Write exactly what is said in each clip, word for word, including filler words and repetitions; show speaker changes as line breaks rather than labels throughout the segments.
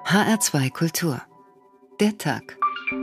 H R zwei Kultur. Der Tag.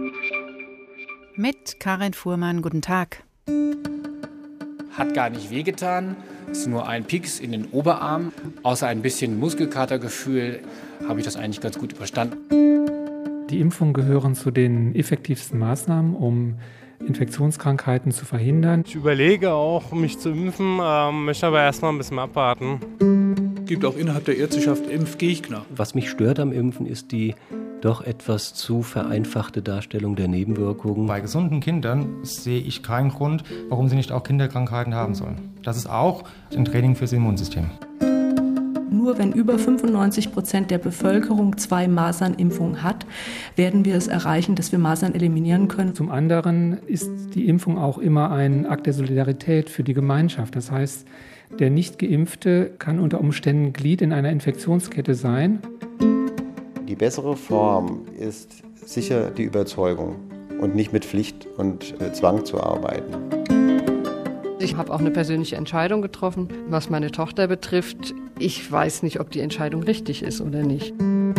Mit Karin Fuhrmann, guten Tag.
Hat gar nicht wehgetan, ist nur ein Pieks in den Oberarm. Außer ein bisschen Muskelkatergefühl habe ich das eigentlich ganz gut überstanden.
Die Impfungen gehören zu den effektivsten Maßnahmen, um Infektionskrankheiten zu verhindern.
Ich überlege auch, mich zu impfen, äh, möchte aber erstmal ein bisschen abwarten.
Es gibt auch innerhalb der Ärzteschaft Impfgegner.
Was mich stört am Impfen, ist die doch etwas zu vereinfachte Darstellung der Nebenwirkungen.
Bei gesunden Kindern sehe ich keinen Grund, warum sie nicht auch Kinderkrankheiten haben sollen. Das ist auch ein Training fürs Immunsystem.
Nur wenn über fünfundneunzig Prozent der Bevölkerung zwei Masernimpfungen hat, werden wir es erreichen, dass wir Masern eliminieren können.
Zum anderen ist die Impfung auch immer ein Akt der Solidarität für die Gemeinschaft. Das heißt, der Nicht-Geimpfte kann unter Umständen Glied in einer Infektionskette sein.
Die bessere Form ist sicher die Überzeugung und nicht mit Pflicht und Zwang zu arbeiten.
Ich habe auch eine persönliche Entscheidung getroffen, was meine Tochter betrifft. Ich weiß nicht, ob die Entscheidung richtig ist oder nicht.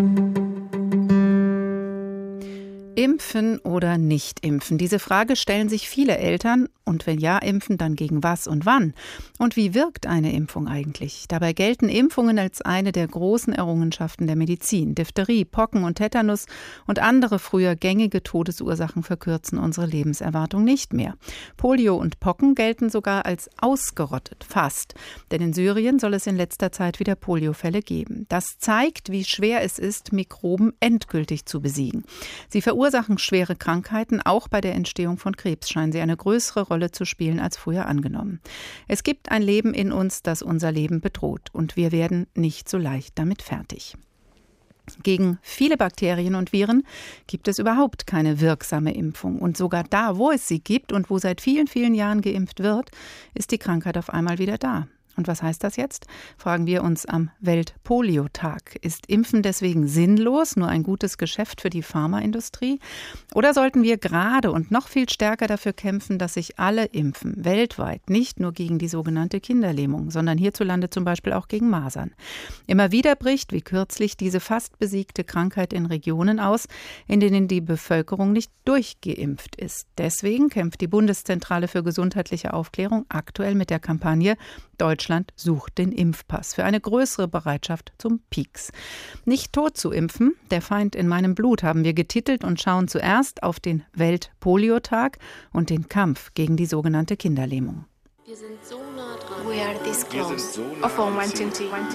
Impfen oder nicht impfen? Diese Frage stellen sich viele Eltern. Und wenn ja, impfen, dann gegen was und wann? Und wie wirkt eine Impfung eigentlich? Dabei gelten Impfungen als eine der großen Errungenschaften der Medizin. Diphtherie, Pocken und Tetanus und andere früher gängige Todesursachen verkürzen unsere Lebenserwartung nicht mehr. Polio und Pocken gelten sogar als ausgerottet, fast. Denn in Syrien soll es in letzter Zeit wieder Poliofälle geben. Das zeigt, wie schwer es ist, Mikroben endgültig zu besiegen. Sie verursachen schwere Krankheiten. Auch bei der Entstehung von Krebs scheinen sie eine größere Rolle zu spielen als früher angenommen. Es gibt ein Leben in uns, das unser Leben bedroht. Und wir werden nicht so leicht damit fertig. Gegen viele Bakterien und Viren gibt es überhaupt keine wirksame Impfung. Und sogar da, wo es sie gibt und wo seit vielen, vielen Jahren geimpft wird, ist die Krankheit auf einmal wieder da. Und was heißt das jetzt? Fragen wir uns am Weltpoliotag. Ist Impfen deswegen sinnlos, nur ein gutes Geschäft für die Pharmaindustrie? Oder sollten wir gerade und noch viel stärker dafür kämpfen, dass sich alle impfen, weltweit, nicht nur gegen die sogenannte Kinderlähmung, sondern hierzulande zum Beispiel auch gegen Masern? Immer wieder bricht, wie kürzlich, diese fast besiegte Krankheit in Regionen aus, in denen die Bevölkerung nicht durchgeimpft ist. Deswegen kämpft die Bundeszentrale für gesundheitliche Aufklärung aktuell mit der Kampagne Deutschland sucht den Impfpass für eine größere Bereitschaft zum Pieks. Nicht tot zu impfen, der Feind in meinem Blut haben wir getitelt und schauen zuerst auf den Weltpoliotag und den Kampf gegen die sogenannte Kinderlähmung.
Wir sind so nah dran.
We are this close.
So nah dran.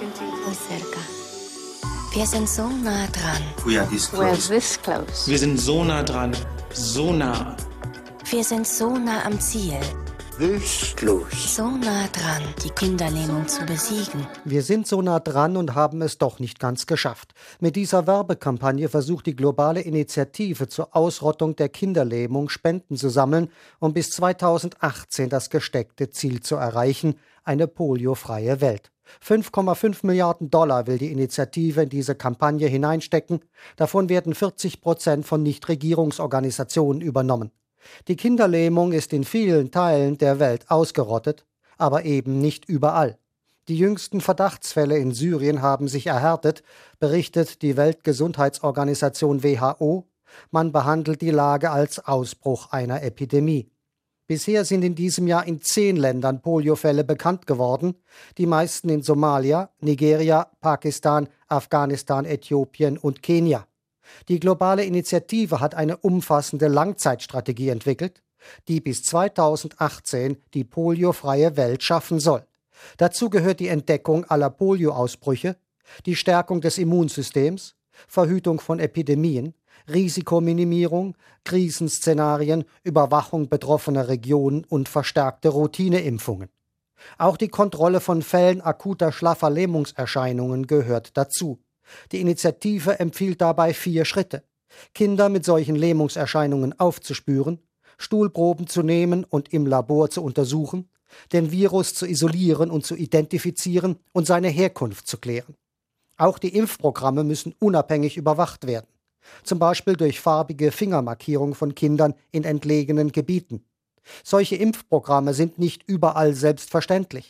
Wir sind so nah dran.
We are this close.
We are this close.
Wir sind so nah dran. So nah.
Wir sind so nah am Ziel.
This close.
So nah dran, die Kinderlähmung zu besiegen.
Wir sind so nah dran und haben es doch nicht ganz geschafft. Mit dieser Werbekampagne versucht die globale Initiative zur Ausrottung der Kinderlähmung Spenden zu sammeln, um bis zweitausendachtzehn das gesteckte Ziel zu erreichen, eine poliofreie Welt. fünf Komma fünf Milliarden Dollar will die Initiative in diese Kampagne hineinstecken. Davon werden vierzig Prozent von Nichtregierungsorganisationen übernommen. Die Kinderlähmung ist in vielen Teilen der Welt ausgerottet, aber eben nicht überall. Die jüngsten Verdachtsfälle in Syrien haben sich erhärtet, berichtet die Weltgesundheitsorganisation W H O. Man behandelt die Lage als Ausbruch einer Epidemie. Bisher sind in diesem Jahr in zehn Ländern Poliofälle bekannt geworden, die meisten in Somalia, Nigeria, Pakistan, Afghanistan, Äthiopien und Kenia. Die globale Initiative hat eine umfassende Langzeitstrategie entwickelt, die bis zweitausendachtzehn die poliofreie Welt schaffen soll. Dazu gehört die Entdeckung aller Polioausbrüche, die Stärkung des Immunsystems, Verhütung von Epidemien, Risikominimierung, Krisenszenarien, Überwachung betroffener Regionen und verstärkte Routineimpfungen. Auch die Kontrolle von Fällen akuter schlaffer Lähmungserscheinungen gehört dazu. Die Initiative empfiehlt dabei vier Schritte: Kinder mit solchen Lähmungserscheinungen aufzuspüren, Stuhlproben zu nehmen und im Labor zu untersuchen, den Virus zu isolieren und zu identifizieren und seine Herkunft zu klären. Auch die Impfprogramme müssen unabhängig überwacht werden, zum Beispiel durch farbige Fingermarkierung von Kindern in entlegenen Gebieten. Solche Impfprogramme sind nicht überall selbstverständlich.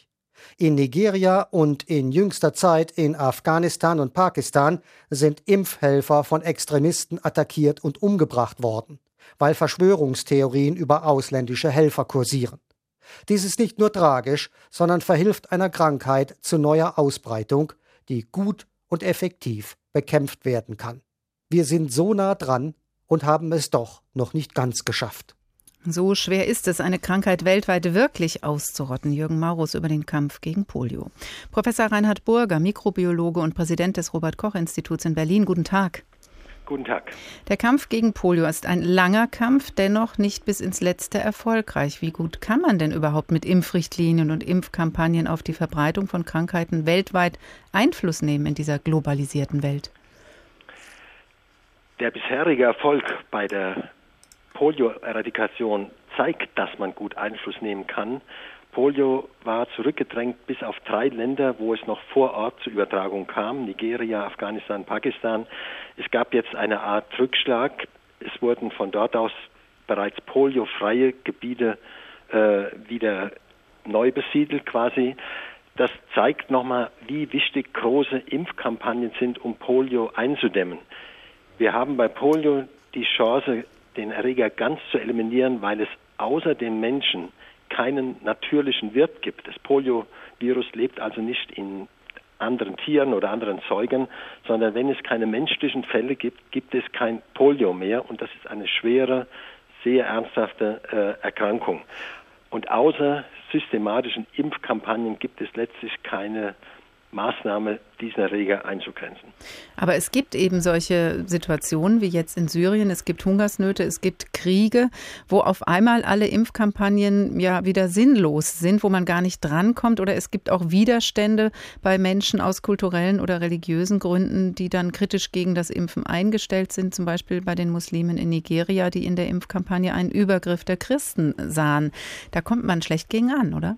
In Nigeria und in jüngster Zeit in Afghanistan und Pakistan sind Impfhelfer von Extremisten attackiert und umgebracht worden, weil Verschwörungstheorien über ausländische Helfer kursieren. Dies ist nicht nur tragisch, sondern verhilft einer Krankheit zu neuer Ausbreitung, die gut und effektiv bekämpft werden kann. Wir sind so nah dran und haben es doch noch nicht ganz geschafft.
So schwer ist es, eine Krankheit weltweit wirklich auszurotten. Jürgen Maurus über den Kampf gegen Polio. Professor Reinhard Burger, Mikrobiologe und Präsident des Robert-Koch-Instituts in Berlin. Guten Tag.
Guten Tag.
Der Kampf gegen Polio ist ein langer Kampf, dennoch nicht bis ins Letzte erfolgreich. Wie gut kann man denn überhaupt mit Impfrichtlinien und Impfkampagnen auf die Verbreitung von Krankheiten weltweit Einfluss nehmen in dieser globalisierten Welt?
Der bisherige Erfolg bei der Polio-Eradikation zeigt, dass man gut Einfluss nehmen kann. Polio war zurückgedrängt bis auf drei Länder, wo es noch vor Ort zur Übertragung kam: Nigeria, Afghanistan, Pakistan. Es gab jetzt eine Art Rückschlag. Es wurden von dort aus bereits poliofreie Gebiete äh, wieder neu besiedelt quasi. Das zeigt nochmal, wie wichtig große Impfkampagnen sind, um Polio einzudämmen. Wir haben bei Polio die Chance, den Erreger ganz zu eliminieren, weil es außer dem Menschen keinen natürlichen Wirt gibt. Das Poliovirus lebt also nicht in anderen Tieren oder anderen Säugern, sondern wenn es keine menschlichen Fälle gibt, gibt es kein Polio mehr, und das ist eine schwere, sehr ernsthafte äh, Erkrankung. Und außer systematischen Impfkampagnen gibt es letztlich keine Maßnahme, diesen Erreger einzugrenzen.
Aber es gibt eben solche Situationen wie jetzt in Syrien, es gibt Hungersnöte, es gibt Kriege, wo auf einmal alle Impfkampagnen ja wieder sinnlos sind, wo man gar nicht drankommt, oder es gibt auch Widerstände bei Menschen aus kulturellen oder religiösen Gründen, die dann kritisch gegen das Impfen eingestellt sind, zum Beispiel bei den Muslimen in Nigeria, die in der Impfkampagne einen Übergriff der Christen sahen. Da kommt man schlecht gegen an, oder?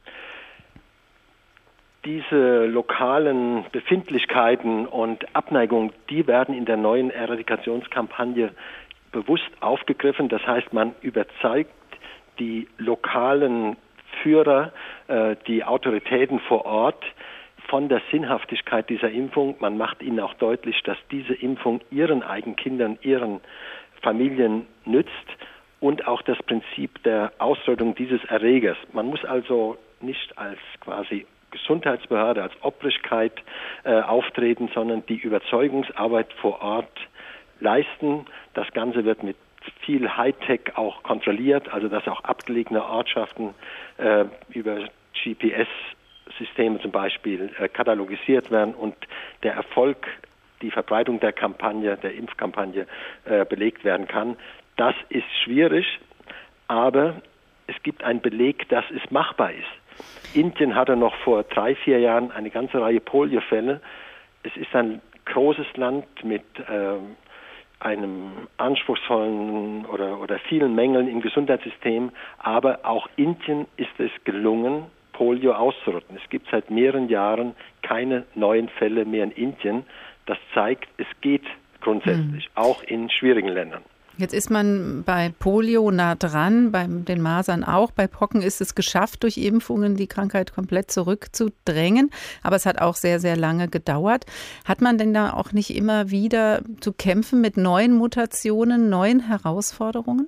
Diese lokalen Befindlichkeiten und Abneigungen, die werden in der neuen Eradikationskampagne bewusst aufgegriffen. Das heißt, man überzeugt die lokalen Führer, äh, die Autoritäten vor Ort von der Sinnhaftigkeit dieser Impfung. Man macht ihnen auch deutlich, dass diese Impfung ihren eigenen Kindern, ihren Familien nützt, und auch das Prinzip der Ausrottung dieses Erregers. Man muss also nicht als quasi Gesundheitsbehörde, als Obrigkeit äh, auftreten, sondern die Überzeugungsarbeit vor Ort leisten. Das Ganze wird mit viel Hightech auch kontrolliert, also dass auch abgelegene Ortschaften äh, über G P S-Systeme zum Beispiel äh, katalogisiert werden und der Erfolg, die Verbreitung der Kampagne, der Impfkampagne äh, belegt werden kann. Das ist schwierig, aber es gibt einen Beleg, dass es machbar ist. Indien hatte noch vor drei, vier Jahren eine ganze Reihe Poliofälle. Es ist ein großes Land mit äh, einem anspruchsvollen oder, oder vielen Mängeln im Gesundheitssystem, aber auch Indien ist es gelungen, Polio auszurotten. Es gibt seit mehreren Jahren keine neuen Fälle mehr in Indien. Das zeigt, es geht grundsätzlich, hm. auch in schwierigen Ländern.
Jetzt ist man bei Polio nah dran, bei den Masern auch. Bei Pocken ist es geschafft, durch Impfungen die Krankheit komplett zurückzudrängen. Aber es hat auch sehr, sehr lange gedauert. Hat man denn da auch nicht immer wieder zu kämpfen mit neuen Mutationen, neuen Herausforderungen?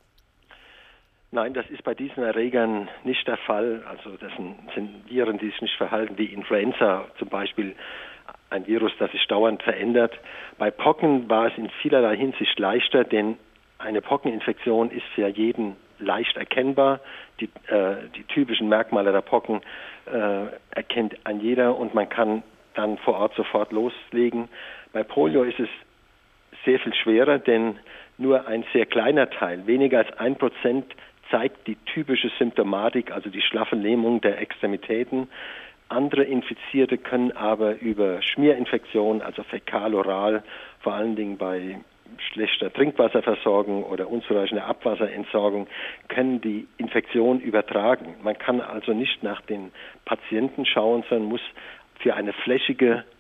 Nein, das ist bei diesen Erregern nicht der Fall. Also das sind Viren, die sich nicht verhalten, wie Influenza zum Beispiel. Ein Virus, das sich dauernd verändert. Bei Pocken war es in vielerlei Hinsicht leichter, denn eine Pockeninfektion ist für jeden leicht erkennbar. Die, äh, die typischen Merkmale der Pocken äh, erkennt ein jeder und man kann dann vor Ort sofort loslegen. Bei Polio ist es sehr viel schwerer, denn nur ein sehr kleiner Teil, weniger als ein Prozent, zeigt die typische Symptomatik, also die schlaffe Lähmung der Extremitäten. Andere Infizierte können aber über Schmierinfektionen, also fäkal-oral, vor allen Dingen bei schlechter Trinkwasserversorgung oder unzureichender Abwasserentsorgung, können die Infektion übertragen. Man kann also nicht nach den Patienten schauen, sondern muss für eine flächige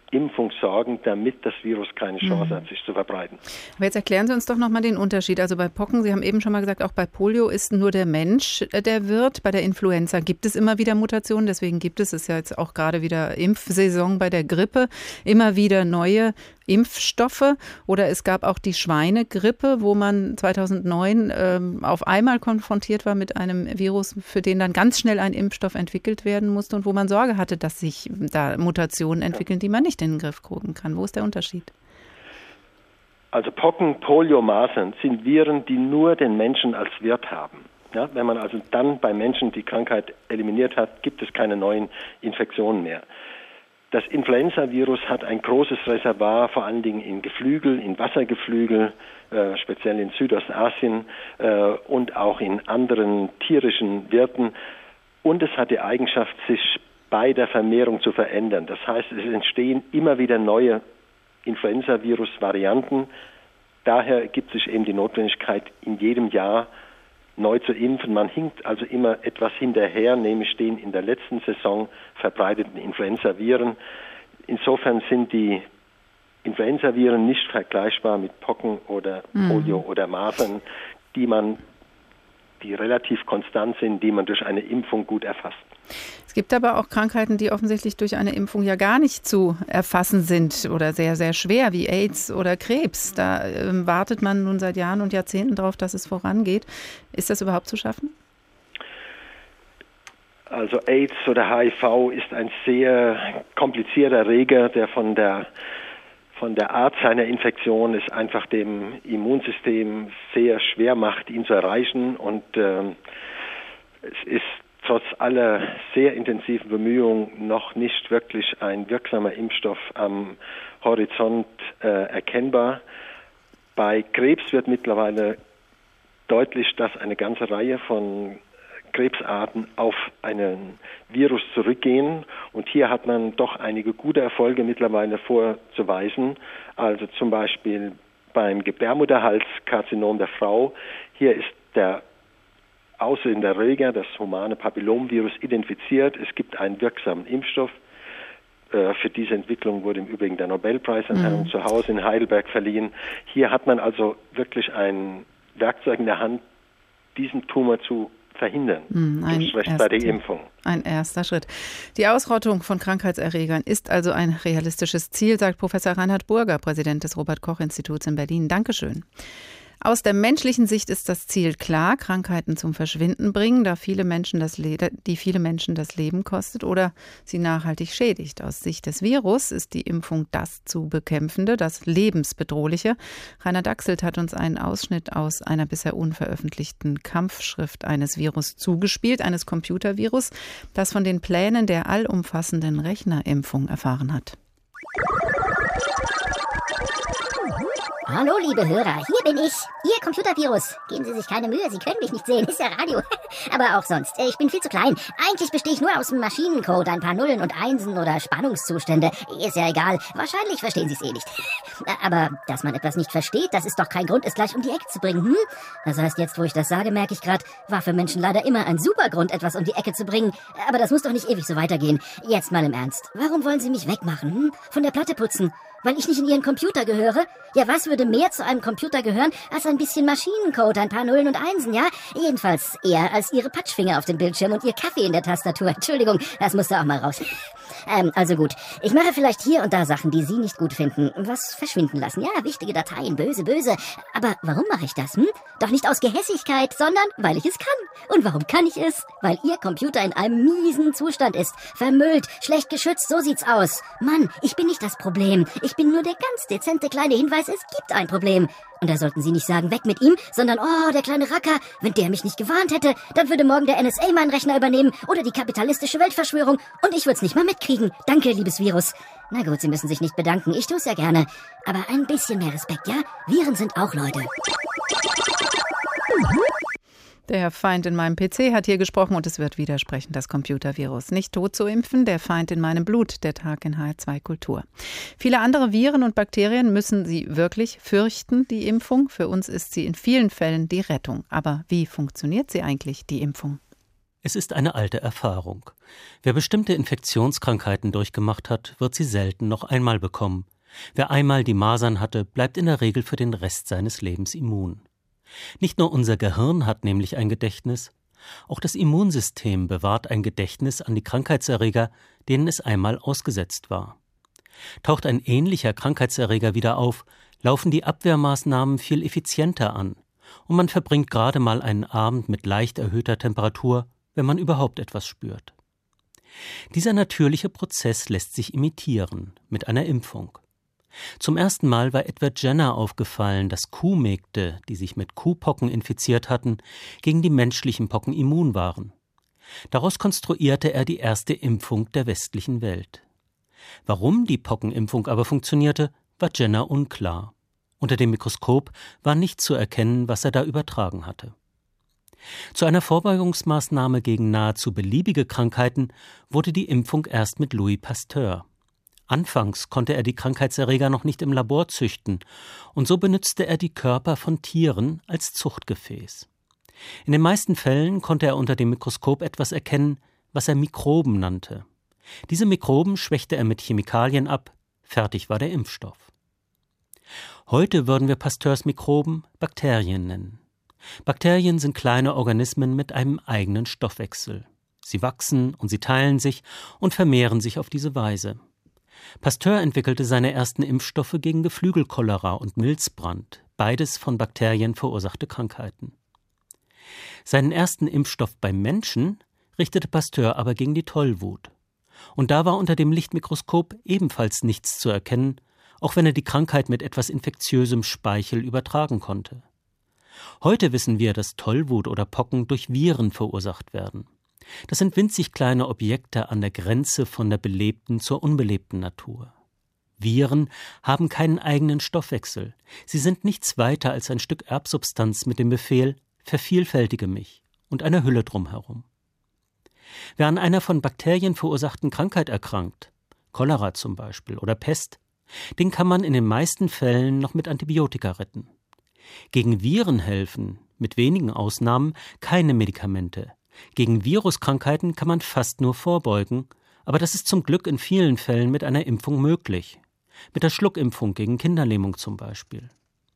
Impfung sorgen, damit das Virus keine Chance hat, sich zu verbreiten.
Aber jetzt erklären Sie uns doch nochmal den Unterschied. Also bei Pocken, Sie haben eben schon mal gesagt, auch bei Polio ist nur der Mensch der Wirt. Bei der Influenza gibt es immer wieder Mutationen. Deswegen gibt es, es ist ja jetzt auch gerade wieder Impfsaison bei der Grippe, immer wieder neue Impfstoffe. Oder es gab auch die Schweinegrippe, wo man zweitausendneun ähm, auf einmal konfrontiert war mit einem Virus, für den dann ganz schnell ein Impfstoff entwickelt werden musste und wo man Sorge hatte, dass sich da Mutationen entwickeln, die man nicht in den Griff kriegen kann. Wo ist der Unterschied?
Also Pocken, Polio, Masern sind Viren, die nur den Menschen als Wirt haben. Ja, wenn man also dann bei Menschen die Krankheit eliminiert hat, gibt es keine neuen Infektionen mehr. Das Influenza-Virus hat ein großes Reservoir, vor allen Dingen in Geflügel, in Wassergeflügel, äh, speziell in Südostasien äh, und auch in anderen tierischen Wirten. Und es hat die Eigenschaft, sich bei der Vermehrung zu verändern. Das heißt, es entstehen immer wieder neue Influenza-Virus-Varianten. Daher gibt es eben die Notwendigkeit, in jedem Jahr neu zu impfen. Man hinkt also immer etwas hinterher, nämlich den in der letzten Saison verbreiteten Influenza-Viren. Insofern sind die Influenza-Viren nicht vergleichbar mit Pocken oder Polio mhm. oder Masern, die man, die relativ konstant sind, die man durch eine Impfung gut erfasst.
Es gibt aber auch Krankheiten, die offensichtlich durch eine Impfung ja gar nicht zu erfassen sind oder sehr, sehr schwer, wie AIDS oder Krebs. Da ähm, wartet man nun seit Jahren und Jahrzehnten darauf, dass es vorangeht. Ist das überhaupt zu schaffen?
Also AIDS oder H I V ist ein sehr komplizierter Erreger, der von der von der Art seiner Infektion es einfach dem Immunsystem sehr schwer macht, ihn zu erreichen. Und ähm, es ist trotz aller sehr intensiven Bemühungen noch nicht wirklich ein wirksamer Impfstoff am Horizont äh, erkennbar. Bei Krebs wird mittlerweile deutlich, dass eine ganze Reihe von Krebsarten auf einen Virus zurückgehen. Und hier hat man doch einige gute Erfolge mittlerweile vorzuweisen. Also zum Beispiel beim Gebärmutterhalskarzinom der Frau. Hier ist der auslösende Erreger, das humane Papillomvirus, identifiziert. Es gibt einen wirksamen Impfstoff. Äh, für diese Entwicklung wurde im Übrigen der Nobelpreis an Herrn mhm. Zuhause in Heidelberg verliehen. Hier hat man also wirklich ein Werkzeug in der Hand, diesen Tumor zu verhindern,
ein
durch rechtzeitige Impfung.
Ein erster Schritt. Die Ausrottung von Krankheitserregern ist also ein realistisches Ziel, sagt Professor Reinhard Burger, Präsident des Robert-Koch-Instituts in Berlin. Dankeschön. Aus der menschlichen Sicht ist das Ziel klar, Krankheiten zum Verschwinden bringen, da viele Menschen das Le- die viele Menschen das Leben kostet oder sie nachhaltig schädigt. Aus Sicht des Virus ist die Impfung das zu bekämpfende, das lebensbedrohliche. Rainer Dachselt hat uns einen Ausschnitt aus einer bisher unveröffentlichten Kampfschrift eines Virus zugespielt, eines Computervirus, das von den Plänen der allumfassenden Rechnerimpfung erfahren hat.
Hallo, liebe Hörer, hier bin ich, Ihr Computervirus. Geben Sie sich keine Mühe, Sie können mich nicht sehen, ist ja Radio. Aber auch sonst, ich bin viel zu klein. Eigentlich bestehe ich nur aus dem Maschinencode, ein paar Nullen und Einsen oder Spannungszustände. Ist ja egal, wahrscheinlich verstehen Sie es eh nicht. Aber dass man etwas nicht versteht, das ist doch kein Grund, es gleich um die Ecke zu bringen, hm? Das heißt, jetzt, wo ich das sage, merke ich gerade, war für Menschen leider immer ein super Grund, etwas um die Ecke zu bringen. Aber das muss doch nicht ewig so weitergehen. Jetzt mal im Ernst. Warum wollen Sie mich wegmachen, hm? Von der Platte putzen? Weil ich nicht in Ihren Computer gehöre? Ja, was würde mehr zu einem Computer gehören als ein bisschen Maschinencode, ein paar Nullen und Einsen, ja? Jedenfalls eher als Ihre Patschfinger auf dem Bildschirm und Ihr Kaffee in der Tastatur. Entschuldigung, das musste auch mal raus. Ähm, also gut. Ich mache vielleicht hier und da Sachen, die Sie nicht gut finden. Was verschwinden lassen. Ja, wichtige Dateien, böse, böse. Aber warum mache ich das, hm? Doch nicht aus Gehässigkeit, sondern weil ich es kann. Und warum kann ich es? Weil Ihr Computer in einem miesen Zustand ist. Vermüllt, schlecht geschützt, so sieht's aus. Mann, ich bin nicht das Problem. Ich bin nur der ganz dezente kleine Hinweis, es gibt ein Problem. Und da sollten Sie nicht sagen, weg mit ihm, sondern, oh, der kleine Racker, wenn der mich nicht gewarnt hätte, dann würde morgen der N S A meinen Rechner übernehmen oder die kapitalistische Weltverschwörung und ich würde es nicht mal mitkriegen. Danke, liebes Virus. Na gut, Sie müssen sich nicht bedanken, ich tue es ja gerne. Aber ein bisschen mehr Respekt, ja? Viren sind auch Leute.
Der Feind in meinem P C hat hier gesprochen und es wird widersprechen, das Computervirus. Nicht tot zu impfen, der Feind in meinem Blut, der Tag in H R zwei Kultur. Viele andere Viren und Bakterien müssen Sie wirklich fürchten, die Impfung. Für uns ist sie in vielen Fällen die Rettung. Aber wie funktioniert sie eigentlich, die Impfung?
Es ist eine alte Erfahrung. Wer bestimmte Infektionskrankheiten durchgemacht hat, wird sie selten noch einmal bekommen. Wer einmal die Masern hatte, bleibt in der Regel für den Rest seines Lebens immun. Nicht nur unser Gehirn hat nämlich ein Gedächtnis, auch das Immunsystem bewahrt ein Gedächtnis an die Krankheitserreger, denen es einmal ausgesetzt war. Taucht ein ähnlicher Krankheitserreger wieder auf, laufen die Abwehrmaßnahmen viel effizienter an und man verbringt gerade mal einen Abend mit leicht erhöhter Temperatur, wenn man überhaupt etwas spürt. Dieser natürliche Prozess lässt sich imitieren mit einer Impfung. Zum ersten Mal war Edward Jenner aufgefallen, dass Kuhmägde, die sich mit Kuhpocken infiziert hatten, gegen die menschlichen Pocken immun waren. Daraus konstruierte er die erste Impfung der westlichen Welt. Warum die Pockenimpfung aber funktionierte, war Jenner unklar. Unter dem Mikroskop war nicht zu erkennen, was er da übertragen hatte. Zu einer Vorbeugungsmaßnahme gegen nahezu beliebige Krankheiten wurde die Impfung erst mit Louis Pasteur. Anfangs konnte er die Krankheitserreger noch nicht im Labor züchten und so benutzte er die Körper von Tieren als Zuchtgefäß. In den meisten Fällen konnte er unter dem Mikroskop etwas erkennen, was er Mikroben nannte. Diese Mikroben schwächte er mit Chemikalien ab, fertig war der Impfstoff. Heute würden wir Pasteurs Mikroben Bakterien nennen. Bakterien sind kleine Organismen mit einem eigenen Stoffwechsel. Sie wachsen und sie teilen sich und vermehren sich auf diese Weise. Pasteur entwickelte seine ersten Impfstoffe gegen Geflügelcholera und Milzbrand, beides von Bakterien verursachte Krankheiten. Seinen ersten Impfstoff beim Menschen richtete Pasteur aber gegen die Tollwut. Und da war unter dem Lichtmikroskop ebenfalls nichts zu erkennen, auch wenn er die Krankheit mit etwas infektiösem Speichel übertragen konnte. Heute wissen wir, dass Tollwut oder Pocken durch Viren verursacht werden. Das sind winzig kleine Objekte an der Grenze von der belebten zur unbelebten Natur. Viren haben keinen eigenen Stoffwechsel. Sie sind nichts weiter als ein Stück Erbsubstanz mit dem Befehl, vervielfältige mich, und eine Hülle drumherum. Wer an einer von Bakterien verursachten Krankheit erkrankt, Cholera zum Beispiel oder Pest, den kann man in den meisten Fällen noch mit Antibiotika retten. Gegen Viren helfen, mit wenigen Ausnahmen, keine Medikamente. Gegen Viruskrankheiten kann man fast nur vorbeugen, aber das ist zum Glück in vielen Fällen mit einer Impfung möglich. Mit der Schluckimpfung gegen Kinderlähmung zum Beispiel.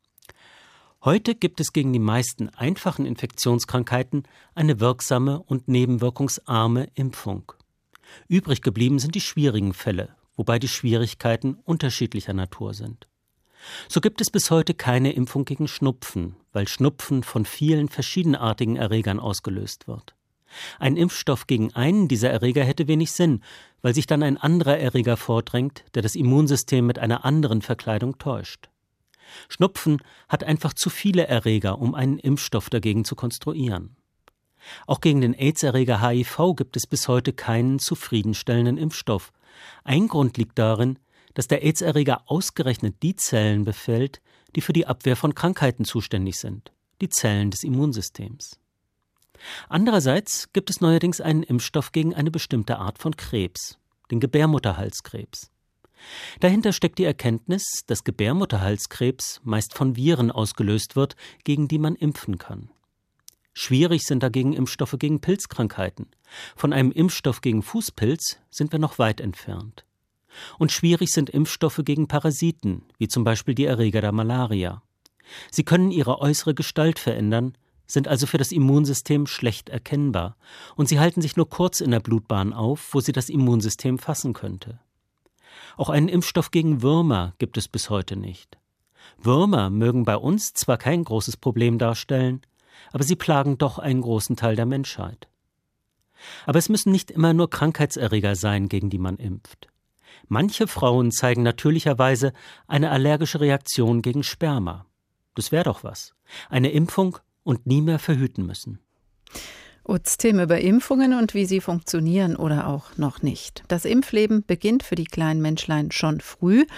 Heute gibt es gegen die meisten einfachen Infektionskrankheiten eine wirksame und nebenwirkungsarme Impfung. Übrig geblieben sind die schwierigen Fälle, wobei die Schwierigkeiten unterschiedlicher Natur sind. So gibt es bis heute keine Impfung gegen Schnupfen, weil Schnupfen von vielen verschiedenartigen Erregern ausgelöst wird. Ein Impfstoff gegen einen dieser Erreger hätte wenig Sinn, weil sich dann ein anderer Erreger vordrängt, der das Immunsystem mit einer anderen Verkleidung täuscht. Schnupfen hat einfach zu viele Erreger, um einen Impfstoff dagegen zu konstruieren. Auch gegen den AIDS-Erreger H I V gibt es bis heute keinen zufriedenstellenden Impfstoff. Ein Grund liegt darin, dass der AIDS-Erreger ausgerechnet die Zellen befällt, die für die Abwehr von Krankheiten zuständig sind, die Zellen des Immunsystems. Andererseits gibt es neuerdings einen Impfstoff gegen eine bestimmte Art von Krebs, den Gebärmutterhalskrebs. Dahinter steckt die Erkenntnis, dass Gebärmutterhalskrebs meist von Viren ausgelöst wird, gegen die man impfen kann. Schwierig sind dagegen Impfstoffe gegen Pilzkrankheiten. Von einem Impfstoff gegen Fußpilz sind wir noch weit entfernt. Und schwierig sind Impfstoffe gegen Parasiten, wie zum Beispiel die Erreger der Malaria. Sie können ihre äußere Gestalt verändern, sind also für das Immunsystem schlecht erkennbar und sie halten sich nur kurz in der Blutbahn auf, wo sie das Immunsystem fassen könnte. Auch einen Impfstoff gegen Würmer gibt es bis heute nicht. Würmer mögen bei uns zwar kein großes Problem darstellen, aber sie plagen doch einen großen Teil der Menschheit. Aber es müssen nicht immer nur Krankheitserreger sein, gegen die man impft. Manche Frauen zeigen natürlicherweise eine allergische Reaktion gegen Sperma. Das wäre doch was. Eine Impfung und nie mehr verhüten müssen.
Utz Themen über Impfungen und wie sie funktionieren oder auch noch nicht. Das Impfleben beginnt für die kleinen Menschlein schon früh.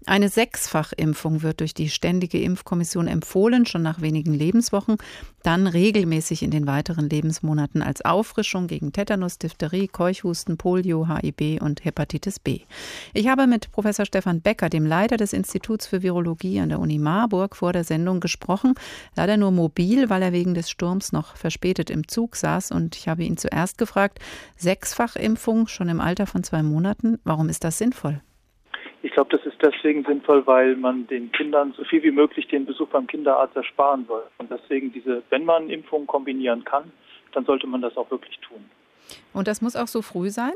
Eine Sechsfachimpfung wird durch die Ständige Impfkommission empfohlen, schon nach wenigen Lebenswochen, dann regelmäßig in den weiteren Lebensmonaten als Auffrischung gegen Tetanus, Diphtherie, Keuchhusten, Polio, H I V und Hepatitis B. Ich habe mit Professor Stefan Becker, dem Leiter des Instituts für Virologie an der Uni Marburg, vor der Sendung gesprochen. Leider nur mobil, weil er wegen des Sturms noch verspätet im Zug saß. Und ich habe ihn zuerst gefragt, Sechsfachimpfung schon im Alter von zwei Monaten, warum ist das sinnvoll?
Ich glaube, das ist deswegen sinnvoll, weil man den Kindern so viel wie möglich den Besuch beim Kinderarzt ersparen soll. Und deswegen diese, wenn man Impfungen kombinieren kann, dann sollte man das auch wirklich tun.
Und das muss auch so früh sein?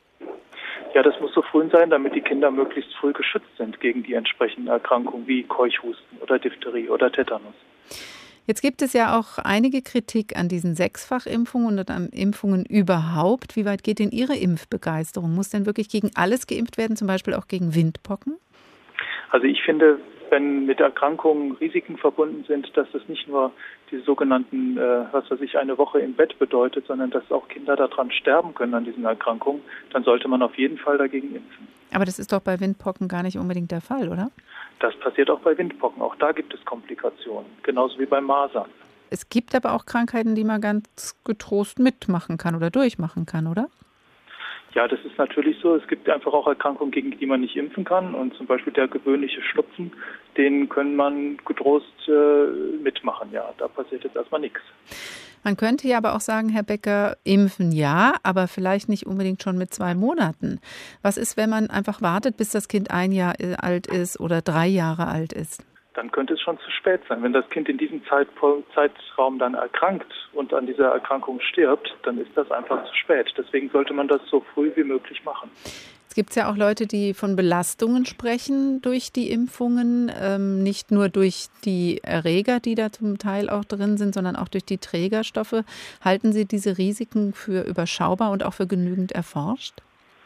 Ja, das muss so früh sein, damit die Kinder möglichst früh geschützt sind gegen die entsprechenden Erkrankungen wie Keuchhusten oder Diphtherie oder Tetanus.
Jetzt gibt es ja auch einige Kritik an diesen Sechsfachimpfungen und an Impfungen überhaupt. Wie weit geht denn Ihre Impfbegeisterung? Muss denn wirklich gegen alles geimpft werden, zum Beispiel auch gegen Windpocken?
Also ich finde, wenn mit Erkrankungen Risiken verbunden sind, dass das nicht nur die sogenannten, äh, was weiß ich, eine Woche im Bett bedeutet, sondern dass auch Kinder daran sterben können an diesen Erkrankungen, dann sollte man auf jeden Fall dagegen impfen.
Aber das ist doch bei Windpocken gar nicht unbedingt der Fall, oder?
Das passiert auch bei Windpocken. Auch da gibt es Komplikationen, genauso wie bei Masern.
Es gibt aber auch Krankheiten, die man ganz getrost mitmachen kann oder durchmachen kann, oder?
Ja, das ist natürlich so. Es gibt einfach auch Erkrankungen, gegen die man nicht impfen kann. Und zum Beispiel der gewöhnliche Schnupfen, den kann man getrost äh, mitmachen. Ja, da passiert jetzt erstmal nichts.
Man könnte ja aber auch sagen, Herr Becker, impfen ja, aber vielleicht nicht unbedingt schon mit zwei Monaten. Was ist, wenn man einfach wartet, bis das Kind ein Jahr alt ist oder drei Jahre alt ist?
Dann könnte es schon zu spät sein. Wenn das Kind in diesem Zeitraum dann erkrankt und an dieser Erkrankung stirbt, dann ist das einfach zu spät. Deswegen sollte man das so früh wie möglich machen.
Es gibt ja auch Leute, die von Belastungen sprechen durch die Impfungen, ähm, nicht nur durch die Erreger, die da zum Teil auch drin sind, sondern auch durch die Trägerstoffe. Halten Sie diese Risiken für überschaubar und auch für genügend erforscht?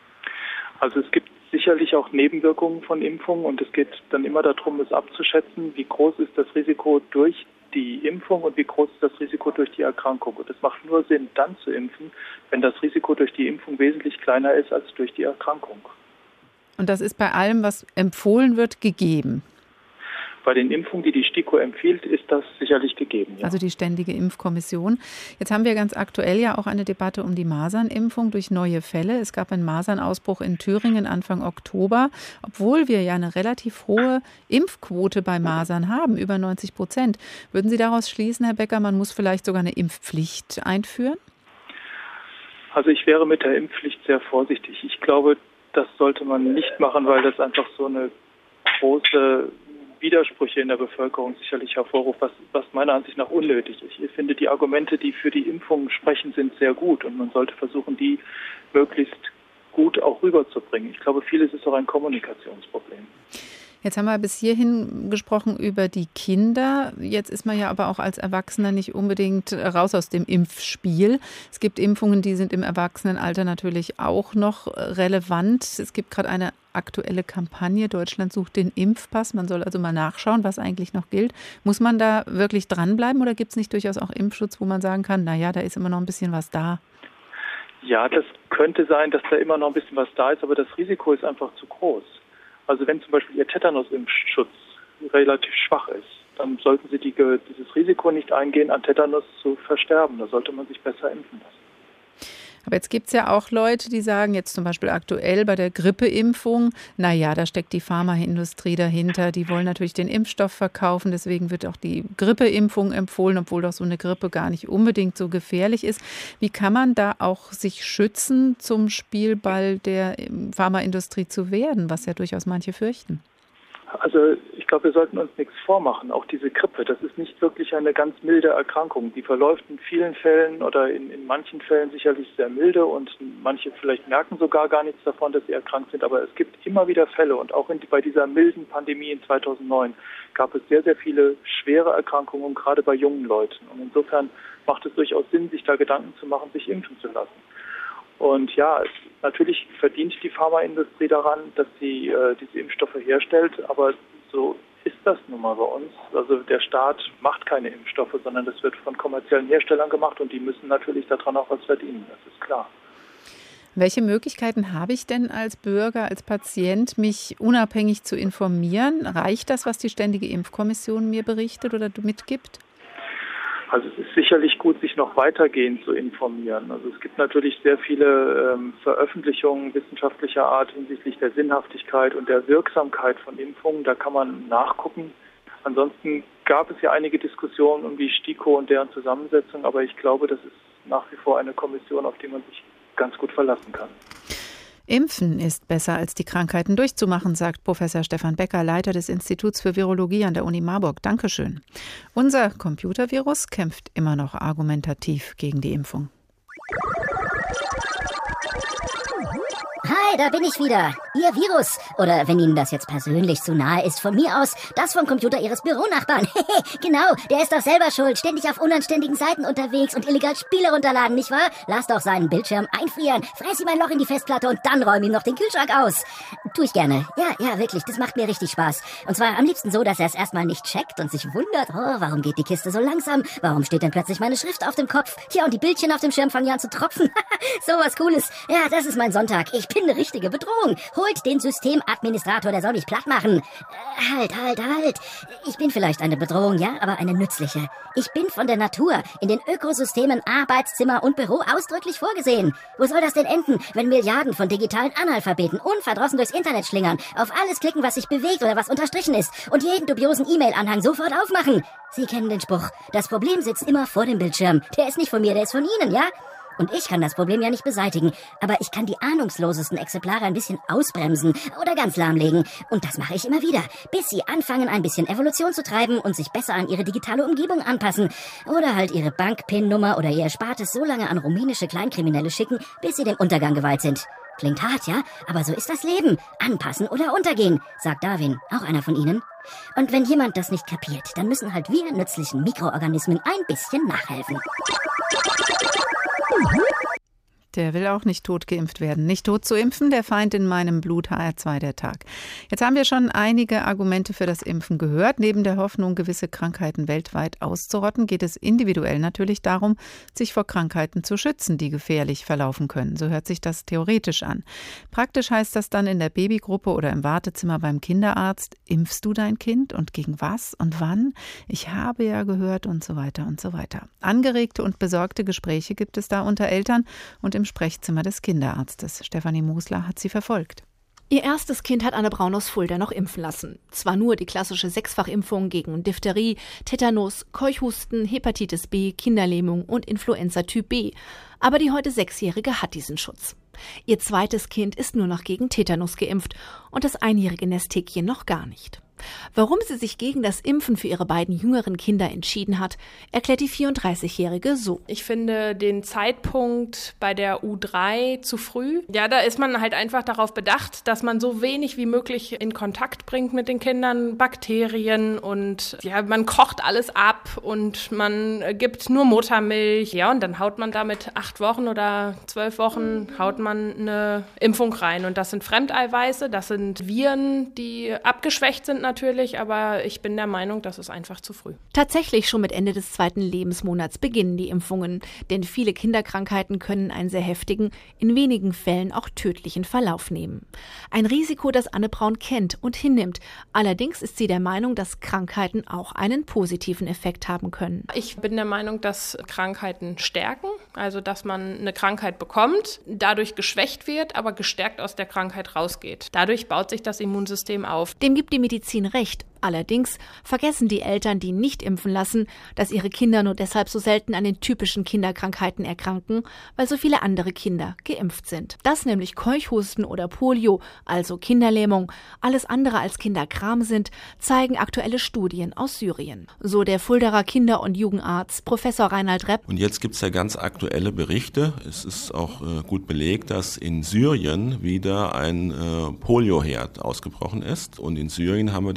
Also es gibt sicherlich auch Nebenwirkungen von Impfungen und es geht dann immer darum, es abzuschätzen, wie groß ist das Risiko durch die Impfung und wie groß ist das Risiko durch die Erkrankung. Und es macht nur Sinn, dann zu impfen, wenn das Risiko durch die Impfung wesentlich kleiner ist als durch die Erkrankung.
Und das ist bei allem, was empfohlen wird, gegeben?
Bei den Impfungen, die die STIKO empfiehlt, ist das sicherlich gegeben. Ja.
Also die Ständige Impfkommission. Jetzt haben wir ganz aktuell ja auch eine Debatte um die Masernimpfung durch neue Fälle. Es gab einen Masernausbruch in Thüringen Anfang Oktober, obwohl wir ja eine relativ hohe Impfquote bei Masern haben, über neunzig Prozent. Würden Sie daraus schließen, Herr Becker, man muss vielleicht sogar eine Impfpflicht einführen?
Also ich wäre mit der Impfpflicht sehr vorsichtig. Ich glaube, das sollte man nicht machen, weil das einfach so eine große Widersprüche in der Bevölkerung sicherlich hervorruft, was, was meiner Ansicht nach unnötig ist. Ich finde, die Argumente, die für die Impfung sprechen, sind sehr gut und man sollte versuchen, die möglichst gut auch rüberzubringen. Ich glaube, vieles ist auch ein Kommunikationsproblem.
Jetzt haben wir bis hierhin gesprochen über die Kinder. Jetzt ist man ja aber auch als Erwachsener nicht unbedingt raus aus dem Impfspiel. Es gibt Impfungen, die sind im Erwachsenenalter natürlich auch noch relevant. Es gibt gerade eine aktuelle Kampagne, Deutschland sucht den Impfpass. Man soll also mal nachschauen, was eigentlich noch gilt. Muss man da wirklich dranbleiben oder gibt es nicht durchaus auch Impfschutz, wo man sagen kann, naja, da ist immer noch ein bisschen was da?
Ja, das könnte sein, dass da immer noch ein bisschen was da ist, aber das Risiko ist einfach zu groß. Also wenn zum Beispiel Ihr Tetanus-Impfschutz relativ schwach ist, dann sollten Sie die, dieses Risiko nicht eingehen, an Tetanus zu versterben. Da sollte man sich besser impfen lassen.
Aber jetzt gibt es ja auch Leute, die sagen, jetzt zum Beispiel aktuell bei der Grippeimpfung, naja, da steckt die Pharmaindustrie dahinter, die wollen natürlich den Impfstoff verkaufen, deswegen wird auch die Grippeimpfung empfohlen, obwohl doch so eine Grippe gar nicht unbedingt so gefährlich ist. Wie kann man da auch sich schützen, zum Spielball der Pharmaindustrie zu werden, was ja durchaus manche fürchten?
Also ich glaube, wir sollten uns nichts vormachen. Auch diese Grippe, das ist nicht wirklich eine ganz milde Erkrankung. Die verläuft in vielen Fällen oder in, in manchen Fällen sicherlich sehr milde und manche vielleicht merken sogar gar nichts davon, dass sie erkrankt sind. Aber es gibt immer wieder Fälle und auch in, bei dieser milden Pandemie in zweitausendneun gab es sehr, sehr viele schwere Erkrankungen, gerade bei jungen Leuten. Und insofern macht es durchaus Sinn, sich da Gedanken zu machen, sich impfen zu lassen. Und ja, natürlich verdient die Pharmaindustrie daran, dass sie äh, diese Impfstoffe herstellt, aber so ist das nun mal bei uns. Also der Staat macht keine Impfstoffe, sondern das wird von kommerziellen Herstellern gemacht und die müssen natürlich daran auch was verdienen, das ist klar.
Welche Möglichkeiten habe ich denn als Bürger, als Patient, mich unabhängig zu informieren? Reicht das, was die Ständige Impfkommission mir berichtet oder mitgibt?
Also es ist sicherlich gut, sich noch weitergehend zu informieren. Also es gibt natürlich sehr viele ähm, Veröffentlichungen wissenschaftlicher Art hinsichtlich der Sinnhaftigkeit und der Wirksamkeit von Impfungen. Da kann man nachgucken. Ansonsten gab es ja einige Diskussionen um die STIKO und deren Zusammensetzung, aber ich glaube, das ist nach wie vor eine Kommission, auf die man sich ganz gut verlassen kann.
Impfen ist besser, als die Krankheiten durchzumachen, sagt Professor Stefan Becker, Leiter des Instituts für Virologie an der Uni Marburg. Dankeschön. Unser Computervirus kämpft immer noch argumentativ gegen die Impfung.
Hi, da bin ich wieder. Ihr Virus. Oder wenn Ihnen das jetzt persönlich zu nahe ist, von mir aus, das vom Computer Ihres Büronachbarn. Genau, der ist doch selber schuld. Ständig auf unanständigen Seiten unterwegs und illegal Spiele runterladen, nicht wahr? Lass doch seinen Bildschirm einfrieren, fress ihm ein Loch in die Festplatte und dann räum ihm noch den Kühlschrank aus. Tu ich gerne. Ja, ja, wirklich, das macht mir richtig Spaß. Und zwar am liebsten so, dass er es erstmal nicht checkt und sich wundert, oh, warum geht die Kiste so langsam? Warum steht denn plötzlich meine Schrift auf dem Kopf? Tja, und die Bildchen auf dem Schirm fangen ja an zu tropfen. So was Cooles. Ja, das ist mein Sonntag. Ich bin eine richtige Bedrohung. Holt den Systemadministrator, der soll mich platt machen. Äh, halt, halt, halt. Ich bin vielleicht eine Bedrohung, ja, aber eine nützliche. Ich bin von der Natur in den Ökosystemen Arbeitszimmer und Büro ausdrücklich vorgesehen. Wo soll das denn enden, wenn Milliarden von digitalen Analphabeten unverdrossen durchs Internet schlingern, auf alles klicken, was sich bewegt oder was unterstrichen ist und jeden dubiosen E-Mail-Anhang sofort aufmachen? Sie kennen den Spruch. Das Problem sitzt immer vor dem Bildschirm. Der ist nicht von mir, der ist von Ihnen, ja? Und ich kann das Problem ja nicht beseitigen, aber ich kann die ahnungslosesten Exemplare ein bisschen ausbremsen oder ganz lahmlegen. Und das mache ich immer wieder, bis sie anfangen, ein bisschen Evolution zu treiben und sich besser an ihre digitale Umgebung anpassen. Oder halt ihre Bank-Pin-Nummer oder ihr Erspartes so lange an rumänische Kleinkriminelle schicken, bis sie dem Untergang geweiht sind. Klingt hart, ja? Aber so ist das Leben. Anpassen oder untergehen, sagt Darwin, auch einer von Ihnen. Und wenn jemand das nicht kapiert, dann müssen halt wir nützlichen Mikroorganismen ein bisschen nachhelfen.
Der will auch nicht tot geimpft werden. Nicht tot zu impfen, der Feind in meinem Blut, H R zwei der Tag. Jetzt haben wir schon einige Argumente für das Impfen gehört. Neben der Hoffnung, gewisse Krankheiten weltweit auszurotten, geht es individuell natürlich darum, sich vor Krankheiten zu schützen, die gefährlich verlaufen können. So hört sich das theoretisch an. Praktisch heißt das dann in der Babygruppe oder im Wartezimmer beim Kinderarzt, impfst du dein Kind und gegen was und wann? Ich habe ja gehört und so weiter und so weiter. Angeregte und besorgte Gespräche gibt es da unter Eltern und im Sprechzimmer des Kinderarztes. Stefanie Mosler hat sie verfolgt.
Ihr erstes Kind hat Anne Braun aus Fulda noch impfen lassen. Zwar nur die klassische Sechsfachimpfung gegen Diphtherie, Tetanus, Keuchhusten, Hepatitis B, Kinderlähmung und Influenza Typ B. Aber die heute Sechsjährige hat diesen Schutz. Ihr zweites Kind ist nur noch gegen Tetanus geimpft und das einjährige Nesthäkchen noch gar nicht. Warum sie sich gegen das Impfen für ihre beiden jüngeren Kinder entschieden hat, erklärt die vierunddreißigjährige so.
Ich finde den Zeitpunkt bei der U drei zu früh. Ja, da ist man halt einfach darauf bedacht, dass man so wenig wie möglich in Kontakt bringt mit den Kindern, Bakterien und ja, man kocht alles ab und man gibt nur Muttermilch. Ja, und dann haut man da mit acht Wochen oder zwölf Wochen haut man eine Impfung rein. Und das sind Fremdeiweiße, das sind Viren, die abgeschwächt sind natürlich, aber ich bin der Meinung, das ist einfach zu früh.
Tatsächlich schon mit Ende des zweiten Lebensmonats beginnen die Impfungen, denn viele Kinderkrankheiten können einen sehr heftigen, in wenigen Fällen auch tödlichen Verlauf nehmen. Ein Risiko, das Anne Braun kennt und hinnimmt. Allerdings ist sie der Meinung, dass Krankheiten auch einen positiven Effekt haben können.
Ich bin der Meinung, dass Krankheiten stärken, also dass man eine Krankheit bekommt, dadurch geschwächt wird, aber gestärkt aus der Krankheit rausgeht. Dadurch baut sich das Immunsystem auf.
Dem gibt die Medizin recht. Allerdings vergessen die Eltern, die nicht impfen lassen, dass ihre Kinder nur deshalb so selten an den typischen Kinderkrankheiten erkranken, weil so viele andere Kinder geimpft sind. Dass nämlich Keuchhusten oder Polio, also Kinderlähmung, alles andere als Kinderkram sind, zeigen aktuelle Studien aus Syrien. So der Fuldaer Kinder- und Jugendarzt Professor Reinhard Repp.
Und jetzt gibt es ja ganz aktuelle Berichte. Es ist auch äh, gut belegt, dass in Syrien wieder ein äh, Polioherd ausgebrochen ist. Und in Syrien haben wir die Situation,